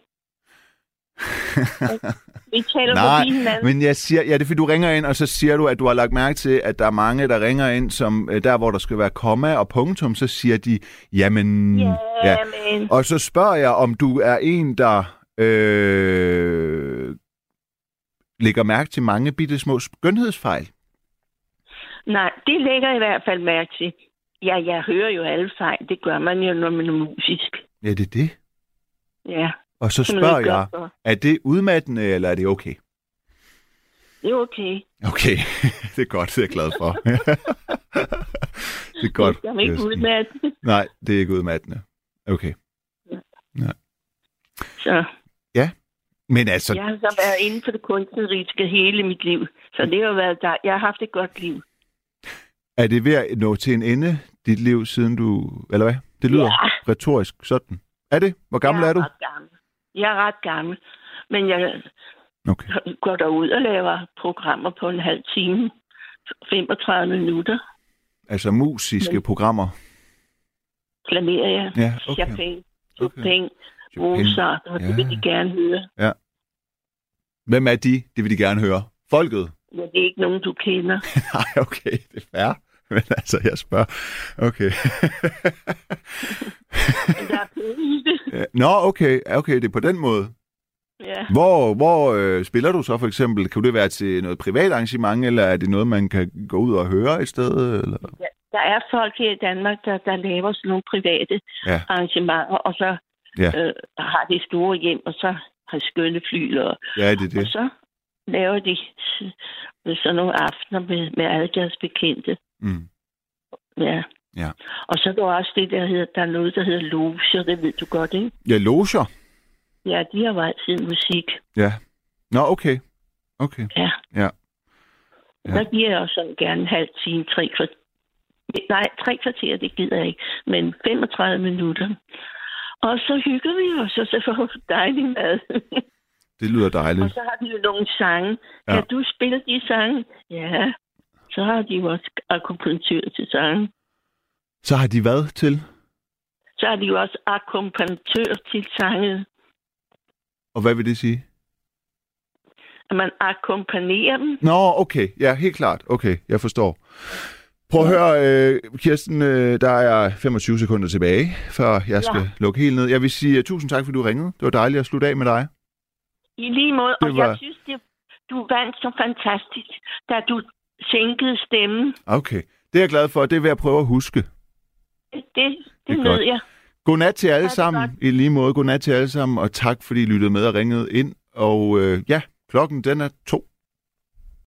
Vi taler Nej, men jeg siger, ja, det er fordi, du ringer ind, og så siger du, at du har lagt mærke til, at der er mange, der ringer ind, som der, hvor der skal være komma og punktum, så siger de, jamen... Yeah, ja. Man. Og så spørger jeg, om du er en, der øh, lægger mærke til mange bitte små skønhedsfejl. Nej, det lægger jeg i hvert fald mærke til. Ja, jeg hører jo alle fejl. Det gør man jo, når man er musisk. Ja, det er det. Ja. Og så spørger jeg, er det udmattende, eller er det okay? Det er okay. Okay, det er godt, det er jeg glad for. Det er godt. Det er ikke udmattende. Nej, det er ikke udmattende. Okay. Ja. Så. Ja, men altså... Jeg har så været inden for det kunstneriske hele mit liv, så det har været der. Jeg har haft et godt liv. Er det ved at nå til en ende, dit liv, siden du... Eller hvad? Det lyder ja. retorisk sådan. Er det? Hvor gammel jeg er, er du? Ret gammel. Jeg er ret gammel, men jeg okay. går derud og laver programmer på en halv time, femogtredive minutter. Altså musiske men, programmer? Klaverer jeg. Ja, okay. Chopin, Chopin, Mozart, og ja. det vil de gerne høre. Ja. Hvem er de? Det vil de gerne høre. Folket? Ja, det er ikke nogen, du kender. Nej, okay, det er fair. Men altså, jeg spørger. Okay. Der er penge i det. Ja. Nå, okay. Okay, det er på den måde. Ja. Hvor, hvor øh, spiller du så for eksempel? Kan det være til noget privat arrangement, eller er det noget, man kan gå ud og høre et sted? Eller? Ja, der er folk her i Danmark, der, der laver sådan nogle private ja. arrangementer, og så ja. øh, har det store hjem, og så har skønne flyler. Og, ja, det er det. Og så laver de sådan nogle aftener med, med alle deres bekendte. Mm. Ja. Ja. Og så er der også det, der hedder, der er noget, der hedder loger, det ved du godt, ikke? Ja, loger. Ja, de har valgt sin musik. Ja. Nå, okay. Okay. Ja. Ja. Ja. Der giver jeg også sådan gerne en halv time, tre kvarter. Nej, tre kvarter, det gider jeg ikke. Men femogtredive minutter. Og så hygger vi os, og så får vi dejlig mad. Det lyder dejligt. Og så har de jo nogle sange. Ja. Kan du spille de sange? Ja. Så har de jo også akkompagnatør til sange. Så har de hvad til? Så har de jo også akkompagnatør til sange. Og hvad vil det sige? At man akkompagnerer dem. Nå, okay. Ja, helt klart. Okay, jeg forstår. Prøv at høre, øh, Kirsten, øh, der er femogtyve sekunder tilbage, før jeg skal ja. lukke helt ned. Jeg vil sige uh, tusind tak, fordi du ringede. Det var dejligt at slutte af med dig. I lige måde, det og var... jeg synes, det, du vandt så fantastisk, da du sænkede stemmen. Okay, det er jeg glad for. Det er ved at prøve at huske. Det, det, det nød jeg. Godnat til alle sammen. Godt. I lige måde, godnat til alle sammen, og tak fordi I lyttede med og ringede ind. Og øh, ja, klokken den er to.